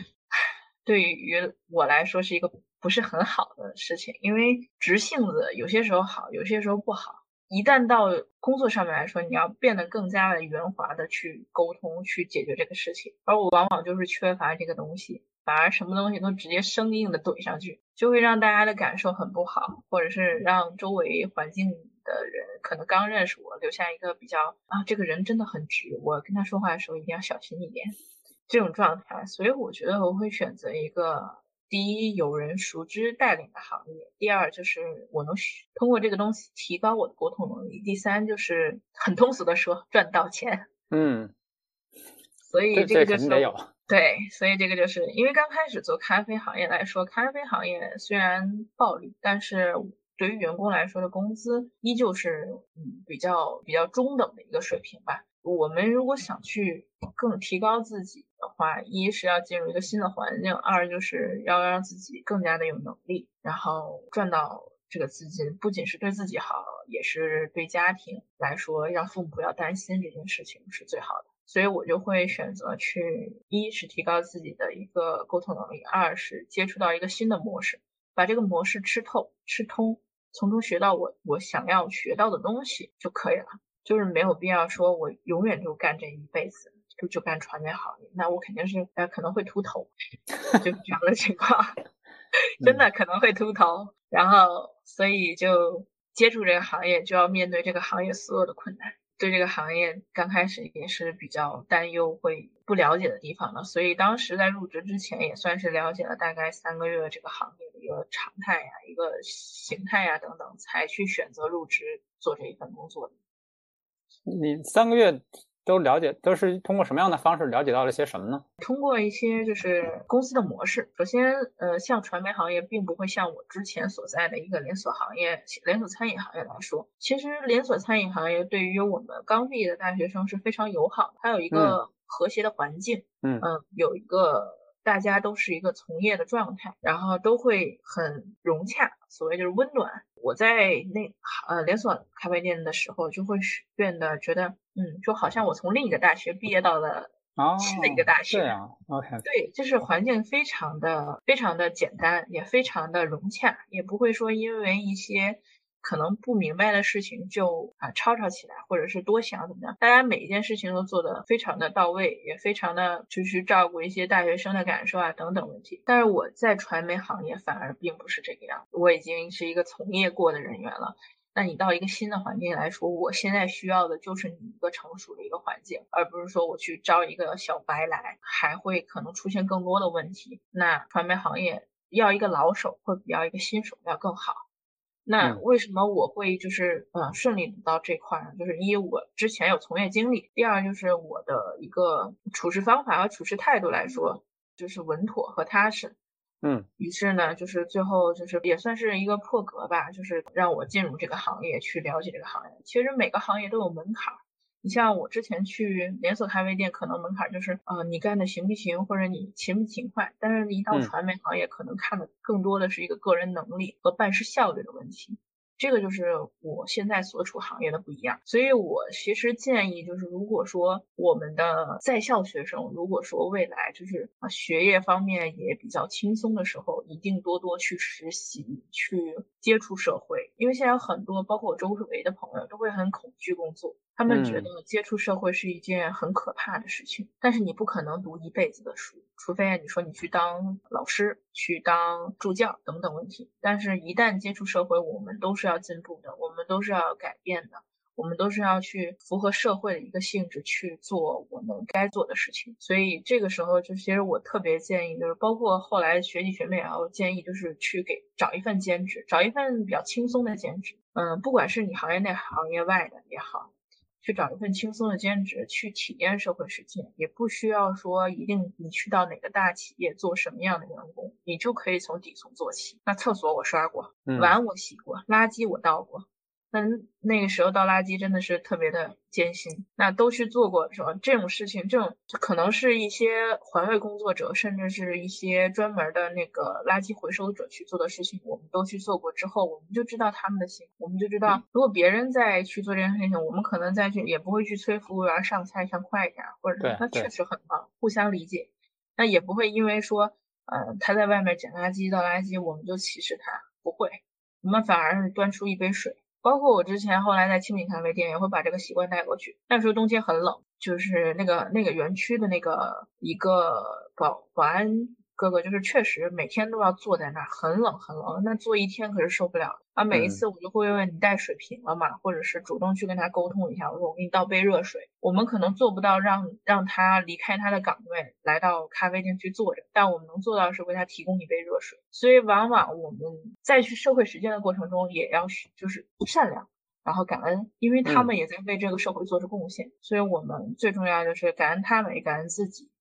我来说是一个不是很好的事情，因为直性子有些时候好，有些时候不好。一旦到工作上面来说，你要变得更加的圆滑的去沟通，去解决这个事情。而我往往就是缺乏这个东西，反而什么东西都直接生硬的怼上去，就会让大家的感受很不好，或者是让周围环境的人可能刚认识我留下一个比较这个人真的很直，我跟他说话的时候一定要小心一点这种状态。所以我觉得我会选择一个第一有人熟知带领的行业，第二就是我能通过这个东西提高我的沟通能力，第三就是很通俗的说赚到钱。所以这个就是对，所以这个就是因为刚开始做咖啡行业来说，咖啡行业虽然暴利，但是对于员工来说的工资依旧是比较中等的一个水平吧。 我们如果想去更提高自己的话，一是要进入一个新的环境，二就是要让自己更加的有能力，然后赚到这个资金，不仅是对自己好，也是对家庭来说，让父母不要担心这件事情是最好的。所以我就会选择去，一是提高自己的一个沟通能力，二是接触到一个新的模式，把这个模式吃透、吃通，从中学到我想要学到的东西就可以了。就是没有必要说我永远就干这一辈子，就干传媒行业，那我肯定是可能会秃头，就是这样的情况，真的可能会秃头。然后所以就接触这个行业，就要面对这个行业所有的困难。对这个行业刚开始也是比较担忧，会不了解的地方的，所以当时在入职之前也算是了解了大概3个月这个行业的一个常态呀、一个形态呀等等，才去选择入职做这一份工作的。 你3个月都了解，都是通过什么样的方式了解到了些什么呢？ 通过一些就是公司的模式，首先，像传媒行业并不会像我之前所在的一个连锁行业、连锁餐饮行业来说，其实连锁餐饮行业对于我们刚毕业的大学生是非常友好的，它有一个和谐的环境，有一个大家都是一个从业的状态，然后都会很融洽，所谓就是温暖。我在连锁咖啡店的时候，就会变得觉得，就好像我从另一个大学毕业到了新的一个大学。 这样 OK。 对，就是环境非常的简单，也非常的融洽，也不会说因为一些可能不明白的事情就吵起来，或者是多想怎么样。大家每一件事情都做得非常的到位，也非常的去照顾一些大学生的感受啊等等问题。但是我在传媒行业反而并不是这个样，我已经是一个从业过的人员了。那你到一个新的环境来说，我现在需要的就是你一个成熟的一个环境，而不是说我去招一个小白来，还会可能出现更多的问题。那传媒行业要一个老手会比要一个新手要更好。那为什么我会就是顺利到这块呢？就是一我之前有从业经历，第二就是我的一个处事方法和处事态度来说，就是稳妥和踏实。于是呢，就是最后就是也算是一个破格吧，就是让我进入这个行业去了解这个行业。其实每个行业都有门槛，你像我之前去连锁咖啡店，可能门槛就是你干的行不行，或者你勤不勤快。但是一到传媒行业，可能看的更多的是一个个人能力和办事效率的问题。这个就是我现在所处行业的不一样，所以我其实建议就是，如果说我们的在校学生，如果说未来就是学业方面也比较轻松的时候，一定多多去实习，去接触社会，因为现在有很多，包括我周围的朋友，都会很恐惧工作。他们觉得接触社会是一件很可怕的事情，但是你不可能读一辈子的书，除非你说你去当老师、去当助教等等问题。但是，一旦接触社会，我们都是要进步的，我们都是要改变的，我们都是要去符合社会的一个性质去做我们该做的事情。所以这个时候，就其实我特别建议，就是包括后来学弟学妹啊，我建议就是去找一份兼职，找一份比较轻松的兼职。不管是你行业内行业外的也好。去找一份轻松的兼职，去体验社会实践，也不需要说一定你去到哪个大企业做什么样的员工，你就可以从底层做起。那厕所我刷过，碗我洗过，垃圾我倒过，那个时候倒垃圾真的是特别的艰辛，那都去做过的时候，这种事情，这种可能是一些环卫工作者，甚至是一些专门的那个垃圾回收者去做的事情，我们都去做过之后，我们就知道他们的心，我们就知道，如果别人再去做这件事情，我们可能再去也不会去催服务员上菜上快一点，或者他确实很忙，互相理解，那也不会因为说，他在外面捡垃圾倒垃圾，我们就歧视他，不会，我们反而是端出一杯水。包括我之前后来在精品咖啡店也会把这个习惯带过去。那时候冬天很冷，就是那个园区的那个一个保安哥哥，就是确实每天都要坐在那儿，很冷很冷，那坐一天可是受不了。每一次我就会问你带水瓶了吗？或者是主动去跟他沟通一下，我说我给你倒杯热水。我们可能做不到让他离开他的岗位来到咖啡店去坐着，但我们能做到是为他提供一杯热水。所以往往我们在去社会实践的过程中，也要就是善良。然后感恩，因为他们也在为这个社会做出贡献，所以我们最重要就是感恩他们，也感恩自己。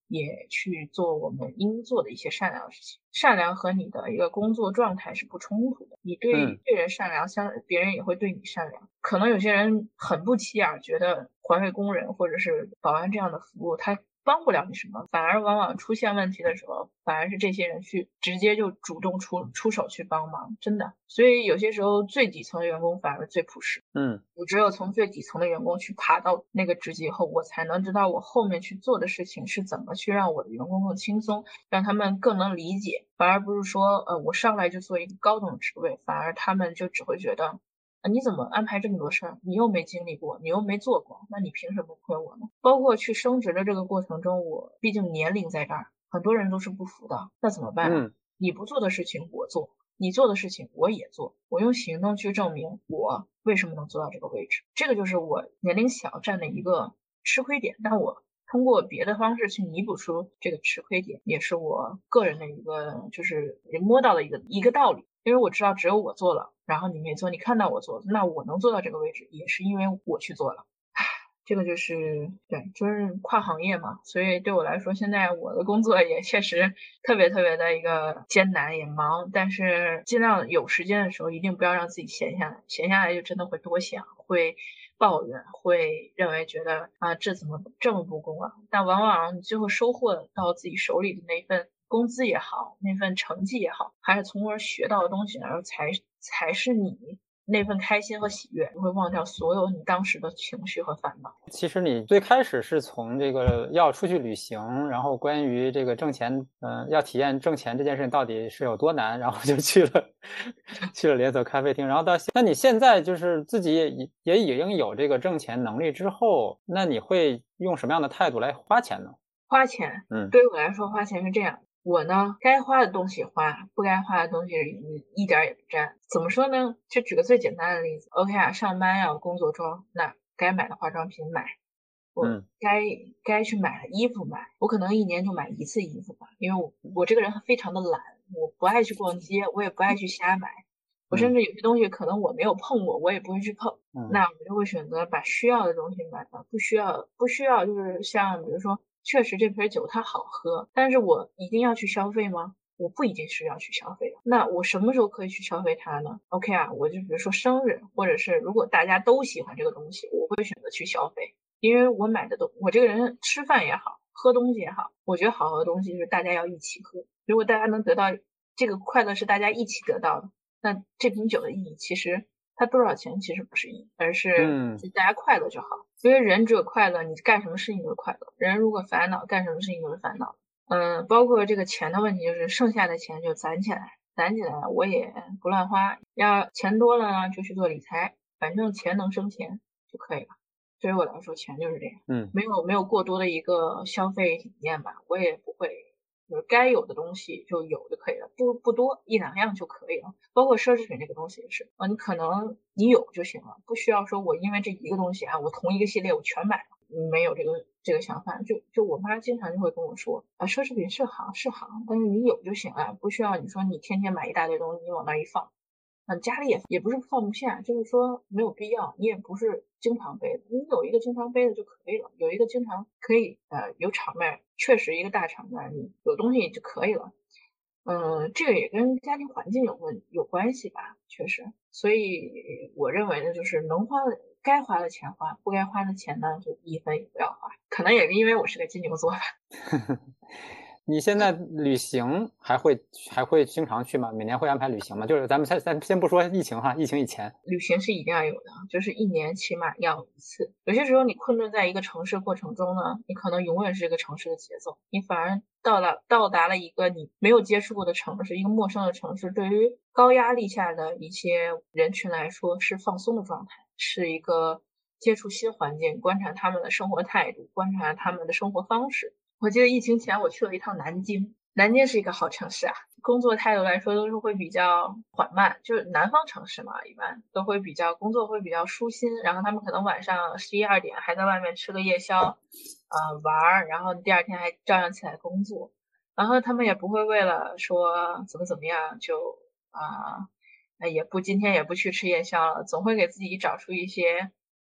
也去做我们应做的一些善良的事情。善良和你的一个工作状态是不冲突的，你对人善良，别人也会对你善良。可能有些人很不起眼，觉得环卫工人或者是保安这样的服务，他帮不了你什么，反而往往出现问题的时候，反而是这些人去直接就主动出手去帮忙，真的。所以有些时候最底层的员工反而最朴实。我只有从最底层的员工去爬到那个职级后，我才能知道我后面去做的事情是怎么去让我的员工更轻松，让他们更能理解，反而不是说我上来就做一个高等职位，反而他们就只会觉得你怎么安排这么多事儿？你又没经历过，你又没做过，那你凭什么亏我呢？包括去升职的这个过程中，我毕竟年龄在这儿，很多人都是不服的，那怎么办啊？你不做的事情我做，你做的事情我也做，我用行动去证明我为什么能做到这个位置。这个就是我年龄小占的一个吃亏点，但我通过别的方式去弥补出这个吃亏点，也是我个人的一个就是摸到的一个道理。因为我知道只有我做了，然后你没做，你看到我做，那我能做到这个位置，也是因为我去做了。这个就是对，就是跨行业嘛，所以对我来说，现在我的工作也确实特别特别的一个艰难也忙，但是尽量有时间的时候，一定不要让自己闲下来，闲下来就真的会多想，会抱怨，会认为觉得啊这怎么这么不公啊？但往往你最后收获到自己手里的那份工资也好，那份成绩也好，还是从而学到的东西，然后才是你那份开心和喜悦，你会忘掉所有你当时的情绪和烦恼。 其实你最开始是从这个要出去旅行，然后关于这个挣钱，要体验挣钱这件事情到底是有多难，然后就去了连锁咖啡厅，然后那你现在就是自己也已经有这个挣钱能力之后，那你会用什么样的态度来花钱呢？ 花钱，对于我来说，花钱是这样。我呢，该花的东西花，不该花的东西一点也不沾。怎么说呢？就举个最简单的例子。OK 啊，上班要工作装，那该买的化妆品买，我该去买的衣服买。我可能一年就买一次衣服吧，因为我这个人非常的懒，我不爱去逛街，我也不爱去瞎买。我甚至有些东西可能我没有碰过，我也不会去碰。那我就会选择把需要的东西买了，不需要就是像比如说，确实这瓶酒它好喝，但是我一定要去消费吗？我不一定是要去消费的。那我什么时候可以去消费它呢？OK 啊，我就比如说生日，或者是如果大家都喜欢这个东西，我会选择去消费，因为我买的我这个人吃饭也好，喝东西也好，我觉得好喝的东西就是大家要一起喝。如果大家能得到这个快乐是大家一起得到的，那这瓶酒的意义其实它多少钱其实不是意义，而是大家快乐就好。因为人只有快乐，你干什么事情都是快乐。人如果烦恼，干什么事情都是烦恼。包括这个钱的问题，就是剩下的钱就攒起来，攒起来我也不乱花。要钱多了呢，就去做理财，反正钱能生钱就可以了。对于我来说，钱就是这样。没有过多的一个消费理念吧，我也不会。就是该有的东西就有就可以了，不多，一两样就可以了。包括奢侈品这个东西也是，你可能你有就行了，不需要说我因为这一个东西啊，我同一个系列我全买了，没有这个想法。就我妈经常就会跟我说啊，奢侈品是好是好，但是你有就行了，不需要你说你天天买一大堆东西，你往那一放。家里也不是放不下，就是说没有必要，你也不是经常背的，你有一个经常背的就可以了，有一个经常可以有场面，确实一个大场面，你有东西就可以了。这个也跟家庭环境有关系吧，确实。所以我认为呢，就是该花的钱花，不该花的钱呢，就一分也不要花。可能也是因为我是个金牛座吧。 你现在旅行还会经常去吗？每年会安排旅行吗？就是咱先不说疫情哈，疫情以前， 旅行是一定要有的，就是一年起码要一次。有些时候你困顿在一个城市过程中呢，你可能永远是这个城市的节奏，你反而到达了一个你没有接触过的城市，一个陌生的城市，对于高压力下的一些人群来说是放松的状态，是一个接触新环境，观察他们的生活态度，观察他们的生活方式。我记得疫情前我去了一趟南京，南京是一个好城市啊，工作态度来说都是会比较缓慢，就是南方城市嘛，一般都会工作会比较舒心，然后他们可能晚上11、12点还在外面吃个夜宵，玩，然后第二天还照样起来工作，然后他们也不会为了说怎么样就今天也不去吃夜宵了，总会给自己找出一些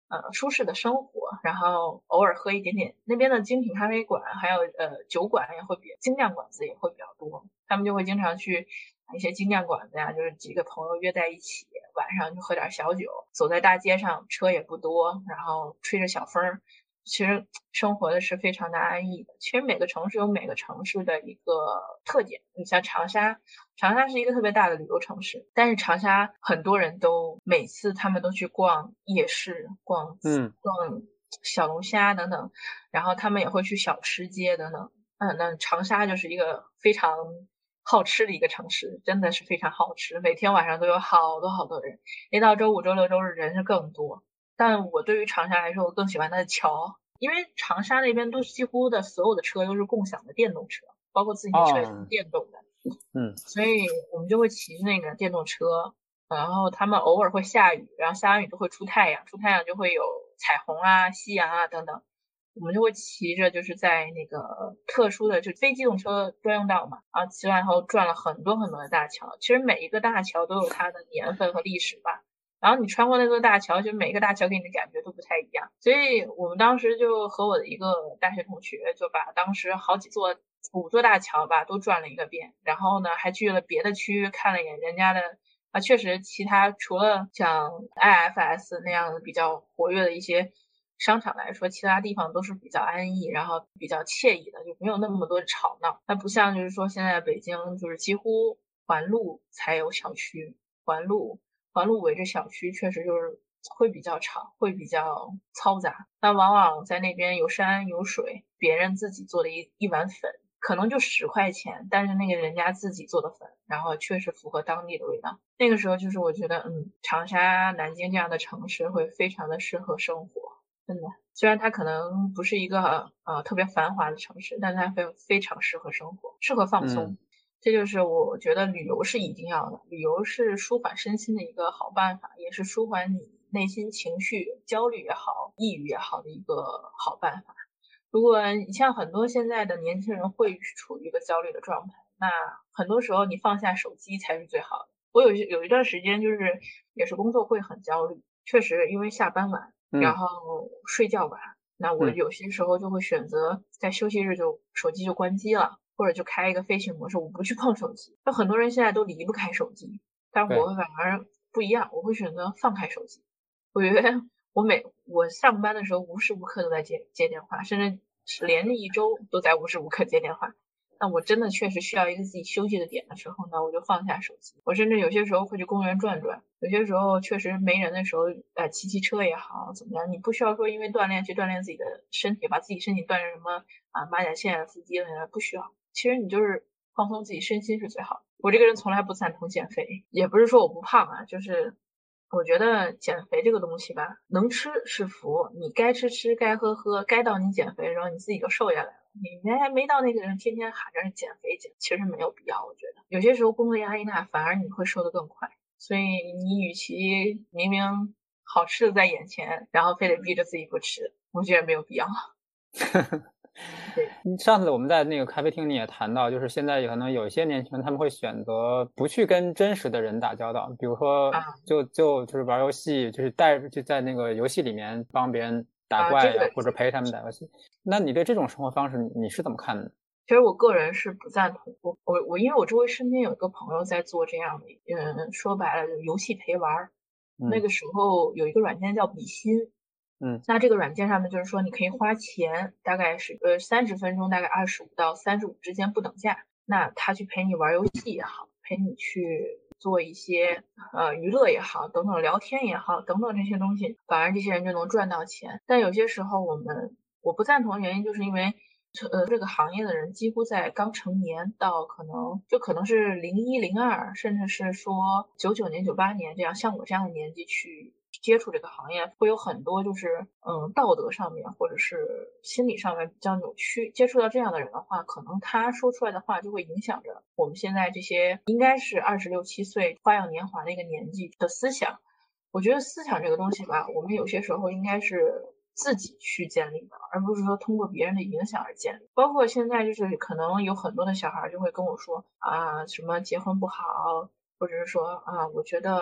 舒适的生活，然后偶尔喝一点点那边的精品咖啡馆，还有酒馆也会精酿馆子也会比较多，他们就会经常去一些精酿馆子呀，就是几个朋友约在一起，晚上就喝点小酒，走在大街上，车也不多，然后吹着小风，其实生活的是非常的安逸的。其实每个城市有每个城市的一个特点，你像长沙，长沙是一个特别大的旅游城市，但是长沙很多人都每次他们都去逛夜市，逛小龙虾等等，然后他们也会去小吃街等等。那长沙就是一个非常好吃的一个城市，真的是非常好吃，每天晚上都有好多好多人，一到周五、周六、周日人是更多。但我对于长沙来说，我更喜欢它的桥，因为长沙那边都几乎的所有的车都是共享的电动车，包括自行车也是哦， 电动的， 嗯所以我们就会骑那个电动车，然后他们偶尔会下雨，然后下完雨就会出太阳，出太阳就会有彩虹啊、夕阳啊等等。我们就会骑着，就是在那个特殊的就非机动车专用道嘛，然后骑完后转了很多很多的大桥。其实每一个大桥都有它的年份和历史吧。然后你穿过那座大桥，就每一个大桥给你的感觉都不太一样。所以我们当时就和我的一个大学同学，就把当时好几座5座大桥吧都转了一个遍，然后呢还去了别的区看了一眼人家的。确实，其他除了像 IFS 那样的比较活跃的一些商场来说，其他地方都是比较安逸，然后比较惬意的，就没有那么多吵闹。它不像就是说现在北京就是几乎环路才有小区，环路围着小区确实就是会比较吵，会比较嘈杂。那往往在那边有山有水，别人自己做的一碗粉，可能就10块钱，但是那个人家自己做的粉，然后确实符合当地的味道。那个时候就是我觉得，长沙、南京这样的城市会非常的适合生活。真的，虽然它可能不是一个特别繁华的城市，但它非常适合生活，适合放松。 嗯这就是我觉得旅游是一定要的，旅游是舒缓身心的一个好办法，也是舒缓你内心情绪、焦虑也好、抑郁也好的一个好办法。如果你像很多现在的年轻人会处于一个焦虑的状态，那很多时候你放下手机才是最好的。我有一段时间就是也是工作会很焦虑，确实因为下班晚，然嗯后睡觉晚，那我嗯， 有些时候就会选择在休息日就手机就关机了，或者就开一个飞行模式，我不去碰手机。那很多人现在都离不开手机，但对， 我反而不一样，我会选择放开手机。我觉得我上班的时候无时无刻都在接电话，甚至是连着一周都在无时无刻接电话。那我真的确实需要一个自己休息的点的时候呢，我就放下手机。我甚至有些时候会去公园转转，有些时候确实没人的时候，骑车也好，怎么样？你不需要说因为锻炼去锻炼自己的身体，把自己身体锻炼什么马甲线、腹肌了，不需要。其实你就是放松自己身心是最好的。我这个人从来不赞同减肥，也不是说我不胖啊，就是我觉得减肥这个东西吧，能吃是福，你该吃吃，该喝喝，该到你减肥的时候，你自己就瘦下来了。你还没到那个人天天喊着减肥减，其实没有必要。我觉得有些时候工作压力大，反而你会瘦得更快。所以你与其明明好吃的在眼前，然后非得逼着自己不吃，我觉得没有必要。对上次我们在那个咖啡厅里也谈到，就是现在可能有一些年轻人他们会选择不去跟真实的人打交道，比如说啊就是玩游戏，就是就在那个游戏里面帮别人打这怪呀， 个或者陪他们打游戏。那你对这种生活方式你是怎么看的？ 其实我个人是不赞同。因为我周围身边有一个朋友在做这样的，说白了就游戏陪玩儿。那嗯个时候有一个软件叫比心， 嗯那这个软件上面就是说你可以花钱，大概是30分钟，大概25到35之间不等价。那他去陪你玩游戏也好，陪你去做一些娱乐也好，等等聊天也好，等等这些东西，反而这些人就能赚到钱。但有些时候我不赞同的原因，就是因为这个行业的人几乎在刚成年到可能是01、02，甚至是说99年、98年这样，像我这样的年纪去接触这个行业，会有很多就是道德上面或者是心理上面比较扭曲。接触到这样的人的话，可能他说出来的话就会影响着我们现在这些应该是26、27岁花样年华的一个年纪的思想。我觉得思想这个东西吧，我们有些时候应该是自己去建立的，而不是说通过别人的影响而建立。包括现在就是可能有很多的小孩就会跟我说什么结婚不好，或者是说我觉得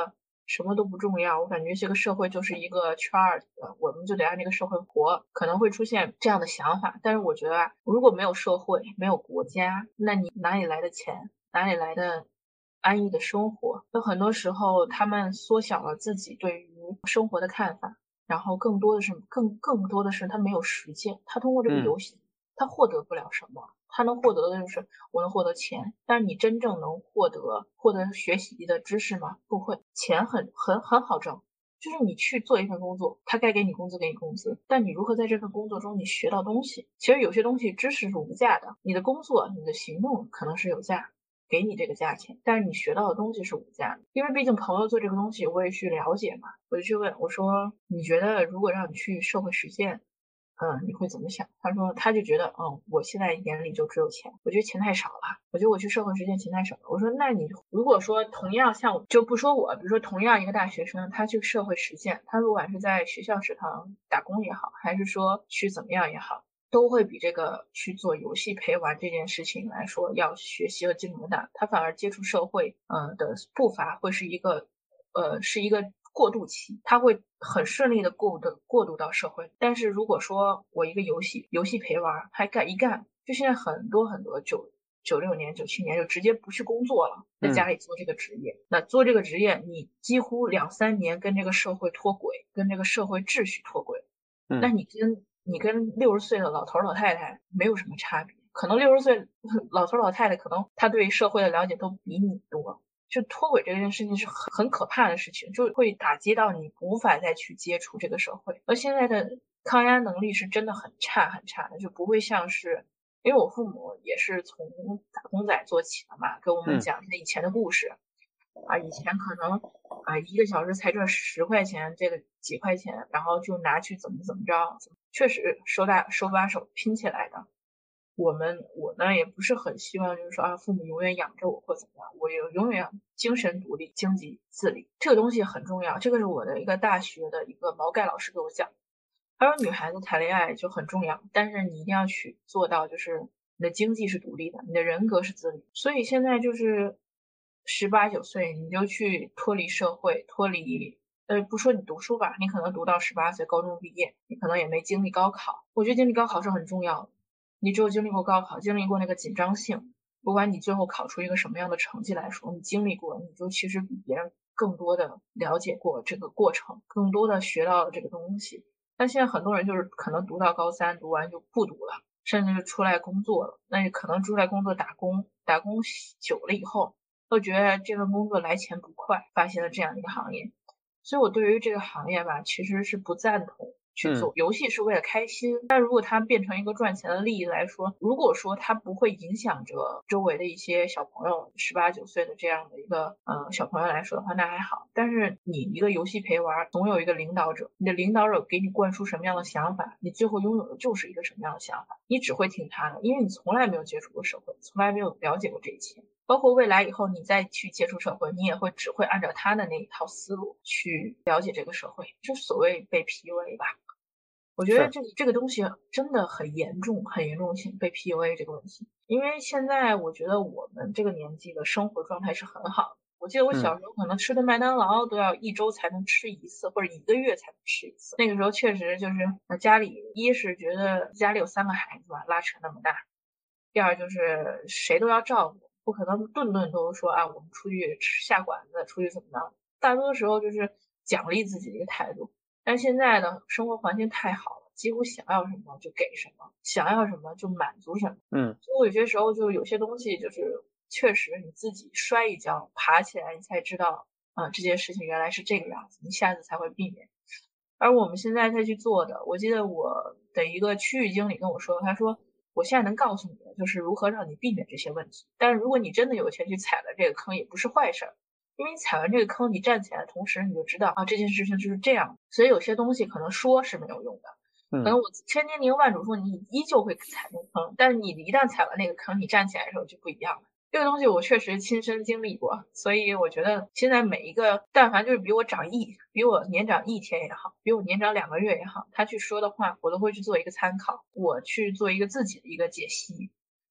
什么都不重要。我感觉这个社会就是一个圈儿，我们就得按这个社会活，可能会出现这样的想法。但是我觉得啊，如果没有社会，没有国家，那你哪里来的钱？哪里来的安逸的生活？有很多时候，他们缩小了自己对于生活的看法，然后更多的是他没有实践，他通过这个游戏，他获得不了什么。他能获得的就是我能获得钱，但是你真正能获得学习的知识吗？不会，钱很好挣，就是你去做一份工作，他该给你工资给你工资，但你如何在这份工作中你学到东西？其实有些东西知识是无价的，你的工作你的行动可能是有价，给你这个价钱，但是你学到的东西是无价的。因为毕竟朋友做这个东西，我也去了解嘛，我就去问我说，你觉得如果让你去社会实践？你会怎么想？他说，他就觉得，我现在眼里就只有钱，我觉得钱太少了，我觉得我去社会实践钱太少了。我说，那你如果说同样像我，就不说我，比如说同样一个大学生，他去社会实践，他不管是在学校食堂打工也好，还是说去怎么样也好，都会比这个去做游戏陪玩这件事情来说要学习和精力大。他反而接触社会，的步伐会是一个过渡期，他会很顺利的过渡到社会。但是如果说我一个游戏陪玩，还干一干，就现在很多很多96年、97年就直接不去工作了，在家里做这个职业。那做这个职业，你几乎2、3年跟这个社会脱轨，跟这个社会秩序脱轨，那你跟60岁的老头老太太没有什么差别。可能60岁老头老太太，可能他对社会的了解都比你多。就脱轨这件事情是很可怕的事情，就会打击到你无法再去接触这个社会。而现在的抗压能力是真的很差很差的，就不会像是，因为我父母也是从打工仔做起的嘛，给我们讲以前的故事。以前可能1个小时才赚10块钱，这个几块钱，然后就拿去怎么着，确实手把手拼起来的。我呢也不是很希望就是说父母永远养着我或怎么样，我也永远要精神独立、经济自理，这个东西很重要。这个是我的一个大学的一个毛概老师给我讲，他说女孩子谈恋爱就很重要，但是你一定要去做到，就是你的经济是独立的，你的人格是自理。所以现在就是18、9岁你就去脱离社会，脱离不说你读书吧，你可能读到18岁高中毕业，你可能也没经历高考。我觉得经历高考是很重要的。你只有经历过高考，经历过那个紧张性，不管你最后考出一个什么样的成绩来说，你经历过，你就其实比别人更多的了解过这个过程，更多的学到了这个东西。但现在很多人就是可能读到高3，读完就不读了，甚至就出来工作了。那也可能出来工作打工，打工久了以后，都觉得这份工作来钱不快，发现了这样一个行业。所以我对于这个行业吧，其实是不赞同去做。游戏是为了开心，但如果它变成一个赚钱的利益来说，如果说它不会影响着周围的一些小朋友18、9岁的这样的一个小朋友来说的话，那还好。但是你一个游戏陪玩，总有一个领导者，你的领导者给你灌输什么样的想法，你最后拥有的就是一个什么样的想法，你只会听他的，因为你从来没有接触过社会，从来没有了解过这一切。包括未来以后你再去接触社会，你也只会按照他的那一套思路去了解这个社会，就所谓被 PUA 吧。我觉得这个东西真的很严重，很严重性被 PUA 这个问题。因为现在我觉得我们这个年纪的生活状态是很好的。我记得我小时候可能吃的麦当劳都要1周才能吃一次，或者1个月才能吃一次。那个时候确实就是家里一是觉得家里有3个孩子吧，拉扯那么大，第二就是谁都要照顾，不可能顿顿都说我们出去下馆子，出去怎么着。大多的时候就是奖励自己的一个态度。但现在的生活环境太好了，几乎想要什么就给什么，想要什么就满足什么。所以我有些时候就有些东西就是确实你自己摔一跤爬起来，你才知道这件事情原来是这个样子，你下次才会避免。而我们现在再去做的，我记得我的一个区域经理跟我说，他说我现在能告诉你的就是如何让你避免这些问题，但是如果你真的有一天去踩了这个坑，也不是坏事儿。因为你踩完这个坑，你站起来的同时，你就知道这件事情就是这样。所以有些东西可能说是没有用的，可能我千叮咛万嘱咐你依旧会踩那个坑，但是你一旦踩完那个坑，你站起来的时候就不一样了。这个东西我确实亲身经历过，所以我觉得现在每一个但凡就是比我年长1天也好，比我年长2个月也好，他去说的话，我都会去做一个参考，我去做一个自己的一个解析。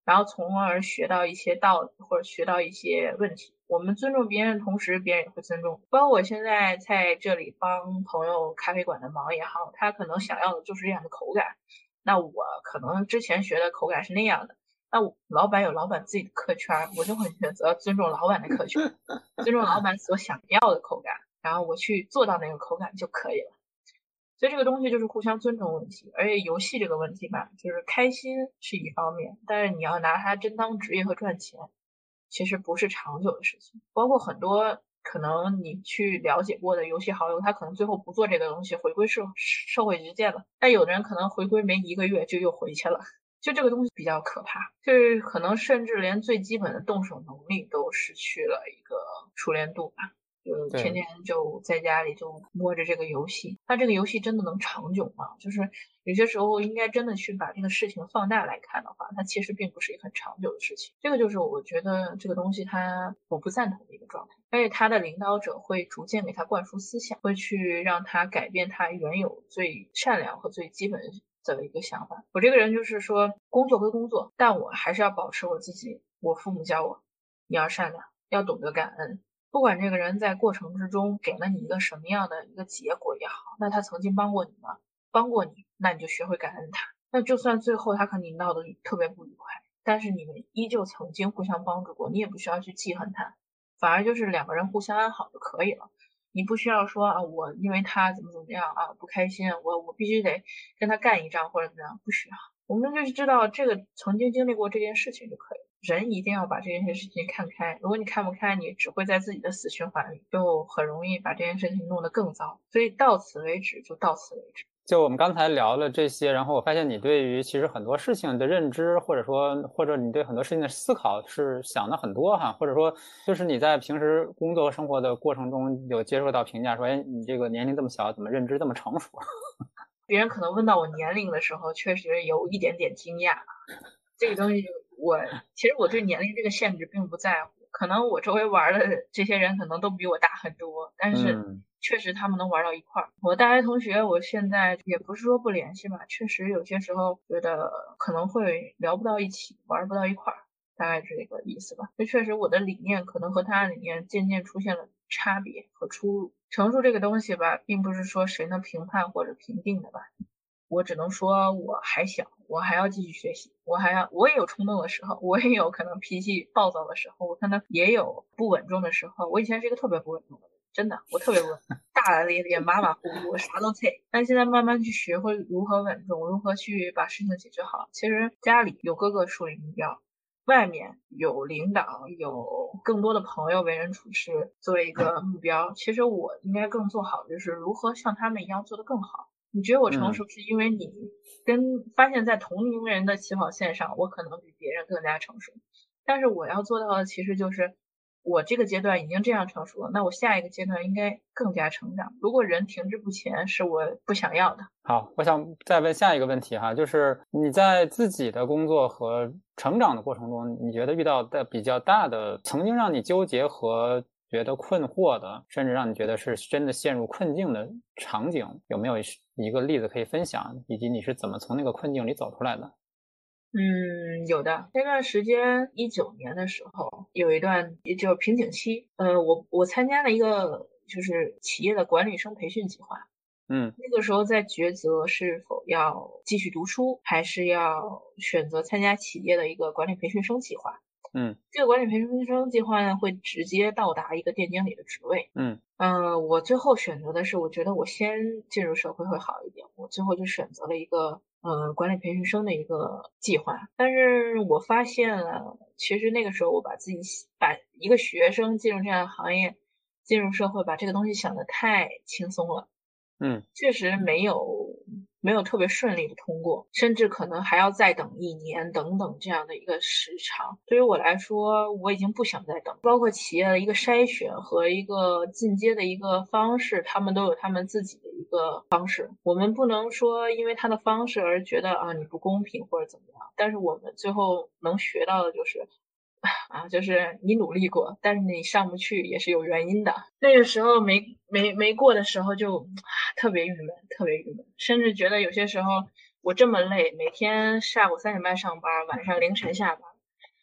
然后从而学到一些道理或者学到一些问题。我们尊重别人的同时，别人也会尊重。包括我现在在这里帮朋友咖啡馆的忙也好，他可能想要的就是这样的口感，那我可能之前学的口感是那样的。那老板有老板自己的客圈，我就会选择尊重老板的客圈，尊重老板所想要的口感，然后我去做到那个口感就可以了。所以这个东西就是互相尊重问题，而且游戏这个问题吧，就是开心是一方面，但是你要拿它真当职业和赚钱，其实不是长久的事情。包括很多可能你去了解过的游戏好友，他可能最后不做这个东西，回归社会实践了，但有的人可能回归没1个月就又回去了。就这个东西比较可怕，就是可能甚至连最基本的动手能力都失去了一个熟练度吧。就天天就在家里就摸着这个游戏，那这个游戏真的能长久吗？就是有些时候应该真的去把这个事情放大来看的话，它其实并不是一个很长久的事情。这个就是我觉得这个东西我不赞同的一个状态，而且他的领导者会逐渐给他灌输思想，会去让他改变他原有最善良和最基本的一个想法。我这个人就是说，工作归工作，但我还是要保持我自己，我父母教我，你要善良，要懂得感恩。不管这个人在过程之中给了你一个什么样的一个结果也好，那他曾经帮过你吗？帮过你，那你就学会感恩他。那就算最后他和你闹得特别不愉快，但是你们依旧曾经互相帮助过，你也不需要去记恨他，反而就是2个人互相安好就可以了。你不需要说啊，我因为他怎么样啊不开心，我必须得跟他干一仗或者怎么样，不需要。我们就是知道这个曾经经历过这件事情就可以了。人一定要把这件事情看开，如果你看不开，你只会在自己的死循环里，就很容易把这件事情弄得更糟。所以到此为止就到此为止。 就我们刚才聊了这些，然后我发现你对于其实很多事情的认知，或者你对很多事情的思考是想的很多哈，或者说就是你在平时工作生活的过程中有接受到评价说，哎，你这个年龄这么小，怎么认知这么成熟？ 别人可能问到我年龄的时候，确实有一点点惊讶。这个东西其实我对年龄这个限制并不在乎，可能我周围玩的这些人可能都比我大很多，但是确实他们能玩到一块儿。我大学同学，我现在也不是说不联系吧，确实有些时候觉得可能会聊不到一起，玩不到一块儿，大概是这个意思吧。就确实我的理念可能和他的理念渐渐出现了差别和出入。成熟这个东西吧，并不是说谁能评判或者评定的吧。我只能说我还小，我还要继续学习，我也有冲动的时候，我也有可能脾气暴躁的时候，我可能也有不稳重的时候。我以前是一个特别不稳重的人，真的，我特别不稳重，大大咧咧、马马虎虎，我啥都菜。但现在慢慢去学会如何稳重，如何去把事情解决好。其实家里有哥哥树立目标，外面有领导，有更多的朋友为人处事作为一个目标。其实我应该更做好的就是如何像他们一样做得更好。你觉得我成熟是因为你发现在同龄人的起跑线上，我可能比别人更加成熟，但是我要做到的其实就是我这个阶段已经这样成熟了，那我下一个阶段应该更加成长。如果人停滞不前，是我不想要的。 好，我想再问下一个问题哈，就是你在自己的工作和成长的过程中，你觉得遇到的比较大的，曾经让你纠结和觉得困惑的，甚至让你觉得是真的陷入困境的场景，有没有一个例子可以分享，以及你是怎么从那个困境里走出来的？ 有的。那段时间19年的时候，有一段也就是瓶颈期。我参加了一个就是企业的管理生培训计划。那个时候在抉择是否要继续读书，还是要选择参加企业的一个管理培训生计划。这个管理培训生计划呢，会直接到达一个店经理的职位。我最后选择的是，我觉得我先进入社会会好一点，我最后就选择了一个管理培训生的一个计划。但是我发现了，其实那个时候我把一个学生进入这样的行业，进入社会，把这个东西想得太轻松了。确实没有特别顺利的通过，甚至可能还要再等1年等等这样的一个时长。对于我来说，我已经不想再等。包括企业的一个筛选和一个进阶的一个方式，他们都有他们自己的一个方式。我们不能说因为他的方式而觉得啊你不公平或者怎么样，但是我们最后能学到的就是就是你努力过，但是你上不去也是有原因的。那个时候没过的时候就特别郁闷，特别郁闷，甚至觉得有些时候我这么累，每天下午3点半上班，晚上凌晨下班，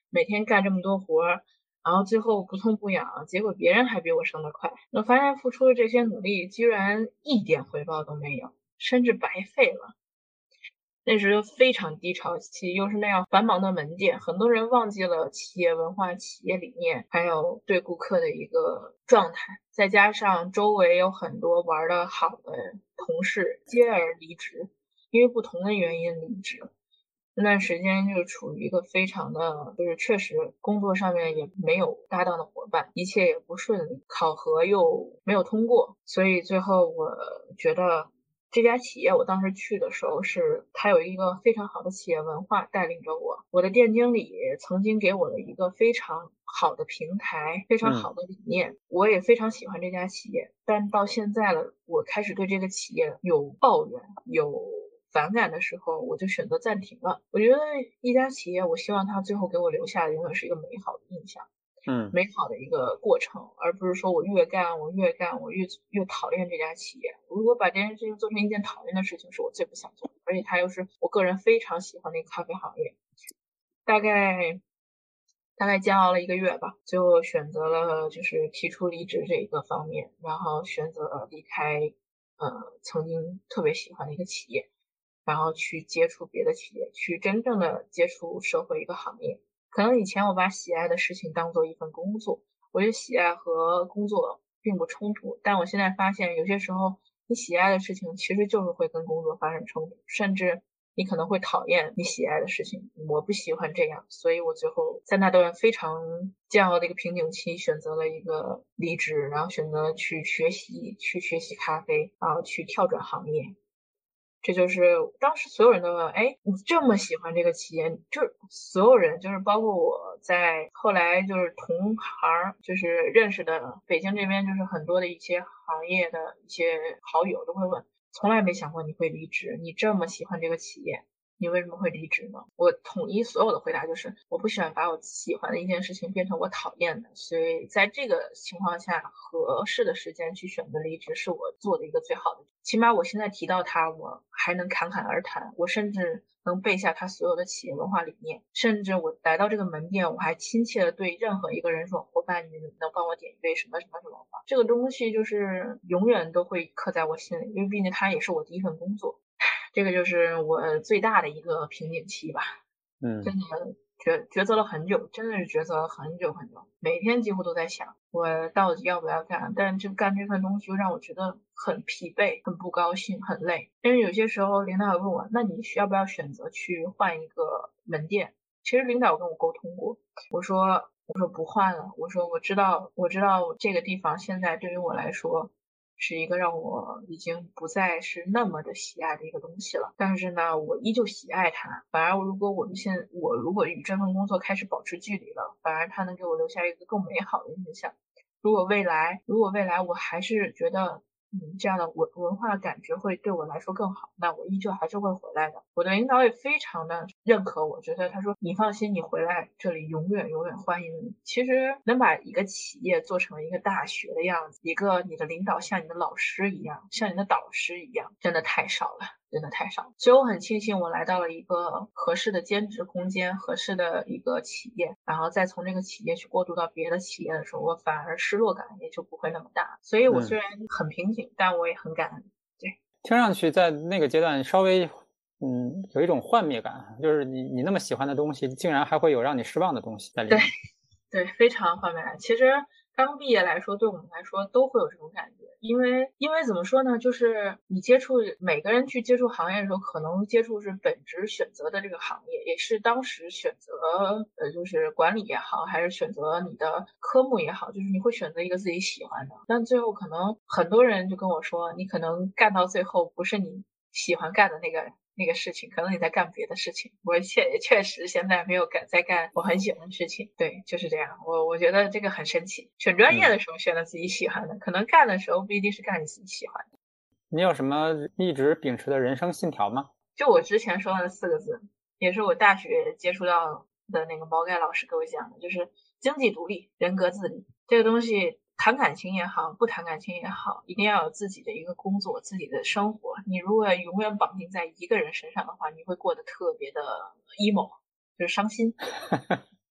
每天干这么多活儿，然后最后不痛不痒，结果别人还比我升得快。我发现付出的这些努力居然一点回报都没有，甚至白费了。那时非常低潮期，又是那样繁忙的门店，很多人忘记了企业文化、企业理念，还有对顾客的一个状态。再加上周围有很多玩得好的同事接而离职，因为不同的原因离职。那段时间就处于一个非常的，就是确实工作上面也没有搭档的伙伴，一切也不顺利，考核又没有通过，所以最后我觉得这家企业我当时去的时候是它有一个非常好的企业文化带领着我，我的店经理曾经给我了一个非常好的平台，非常好的理念，我也非常喜欢这家企业，但到现在了，我开始对这个企业有抱怨，有反感的时候，我就选择暂停了。我觉得一家企业，我希望它最后给我留下的永远是一个美好的印象，美好的一个过程，而不是说我越干我越讨厌这家企业。如果把这件事情做成一件讨厌的事情，是我最不想做的，而且它又是我个人非常喜欢的一个咖啡行业。大概煎熬了1个月吧，最后选择了就是提出离职这一个方面，然后选择离开曾经特别喜欢的一个企业。然后去接触别的企业，去真正的接触社会一个行业。可能以前我把喜爱的事情当做一份工作，我觉得喜爱和工作并不冲突，但我现在发现有些时候你喜爱的事情其实就是会跟工作发生冲突，甚至你可能会讨厌你喜爱的事情。我不喜欢这样，所以我最后在那段非常煎熬的一个瓶颈期选择了一个离职，然后选择去学习咖啡，然后去跳转行业。这就是当时所有人都问，哎，你这么喜欢这个企业，就是所有人，就是包括我在后来就是同行，就是认识的北京这边就是很多的一些行业的一些好友都会问，从来没想过你会离职，你这么喜欢这个企业，你为什么会离职呢？我统一所有的回答就是，我不喜欢把我喜欢的一件事情变成我讨厌的，所以在这个情况下，合适的时间去选择离职是我做的一个最好的。起码我现在提到它，我还能侃侃而谈，我甚至能背下它所有的企业文化理念，甚至我来到这个门店，我还亲切的对任何一个人说，伙伴，你能帮我点一杯什么什么什么吗？这个东西就是永远都会刻在我心里，因为毕竟它也是我第一份工作。这个就是我最大的一个瓶颈期吧。真的抉择了很久，真的是抉择了很久很久，每天几乎都在想我到底要不要干，但就干这份东西又让我觉得很疲惫、很不高兴、很累。因为有些时候领导问我，那你需要不要选择去换一个门店？其实领导跟我沟通过，我说不换了，我说我知道这个地方现在对于我来说是一个让我已经不再是那么的喜爱的一个东西了。但是呢，我依旧喜爱它。反而如果我如果与这份工作开始保持距离了，反而它能给我留下一个更美好的印象。如果未来我还是觉得这样的文化感觉会对我来说更好，那我依旧还是会回来的。我的领导也非常的认可我，觉得他说你放心，你回来这里永远永远欢迎你。其实能把一个企业做成一个大学的样子，一个你的领导像你的老师一样，像你的导师一样，真的太少了。真的太少，所以我很庆幸我来到了一个合适的兼职空间，合适的一个企业，然后再从这个企业去过渡到别的企业的时候，我反而失落感也就不会那么大。所以我虽然很瓶颈，但我也很感恩。对， 听上去在那个阶段稍微有一种幻灭感，就是你那么喜欢的东西，竟然还会有让你失望的东西在里面。 对，非常幻灭感。其实刚毕业来说，对我们来说都会有这种感觉，因为怎么说呢，就是你每个人去接触行业的时候，可能接触是本职选择的这个行业，也是当时选择就是管理也好，还是选择你的科目也好，就是你会选择一个自己喜欢的。但最后可能很多人就跟我说，你可能干到最后不是你喜欢干的那个事情，可能你在干别的事情。我确实现在没有在干我很喜欢的事情，对，就是这样。我觉得这个很神奇。选专业的时候选了自己喜欢的，可能干的时候不一定是干你自己喜欢的。 你有什么一直秉持的人生信条吗？ 就我之前说的那4个字，也是我大学接触到的那个毛概老师给我讲的，就是经济独立、人格自立。这个东西谈感情也好，不谈感情也好，一定要有自己的一个工作、自己的生活。你如果永远绑定在一个人身上的话，你会过得特别的 emo，就是伤心。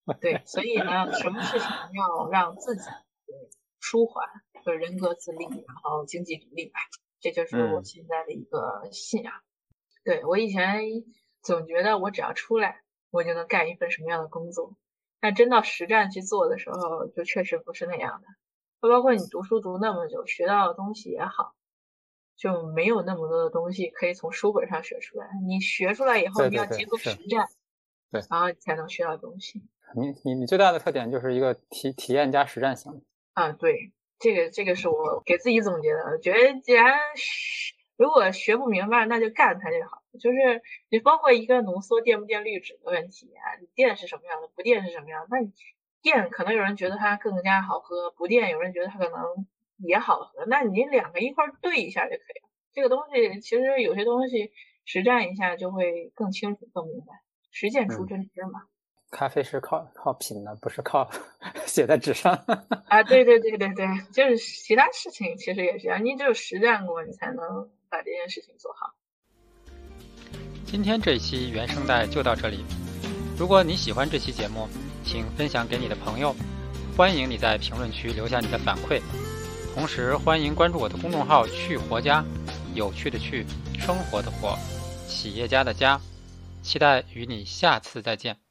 对，所以呢，什么事情要让自己舒缓，就是人格自立，然后经济独立吧，这就是我现在的一个信仰。对，我以前总觉得我只要出来，我就能干一份什么样的工作，但真到实战去做的时候，就确实不是那样的。包括你读书读那么久，学到的东西也好，就没有那么多的东西可以从书本上学出来。你学出来以后， 对你要结合实战， 对， 然后你才能学到东西。 你最大的特点就是一个体验加实战型。 对，这个是我给自己总结的。我觉得既然如果学不明白，那就干它就好。就是你包括一个浓缩电不电滤纸的问题啊，你电是什么样的，不电是什么样的。那你电可能有人觉得它更加好喝，不电有人觉得它可能也好喝，那你两个一块对一下就可以了。这个东西其实有些东西实战一下就会更清楚、更明白，实践出真知嘛。 咖啡是靠品的，不是靠写在纸上。 对，就是其他事情其实也是你只有实战过，你才能把这件事情做好。 今天这一期原声带就到这里。如果你喜欢这期节目，请分享给你的朋友，欢迎你在评论区留下你的反馈。同时欢迎关注我的公众号去活家，有趣的去，生活的活，企业家的家。期待与你下次再见。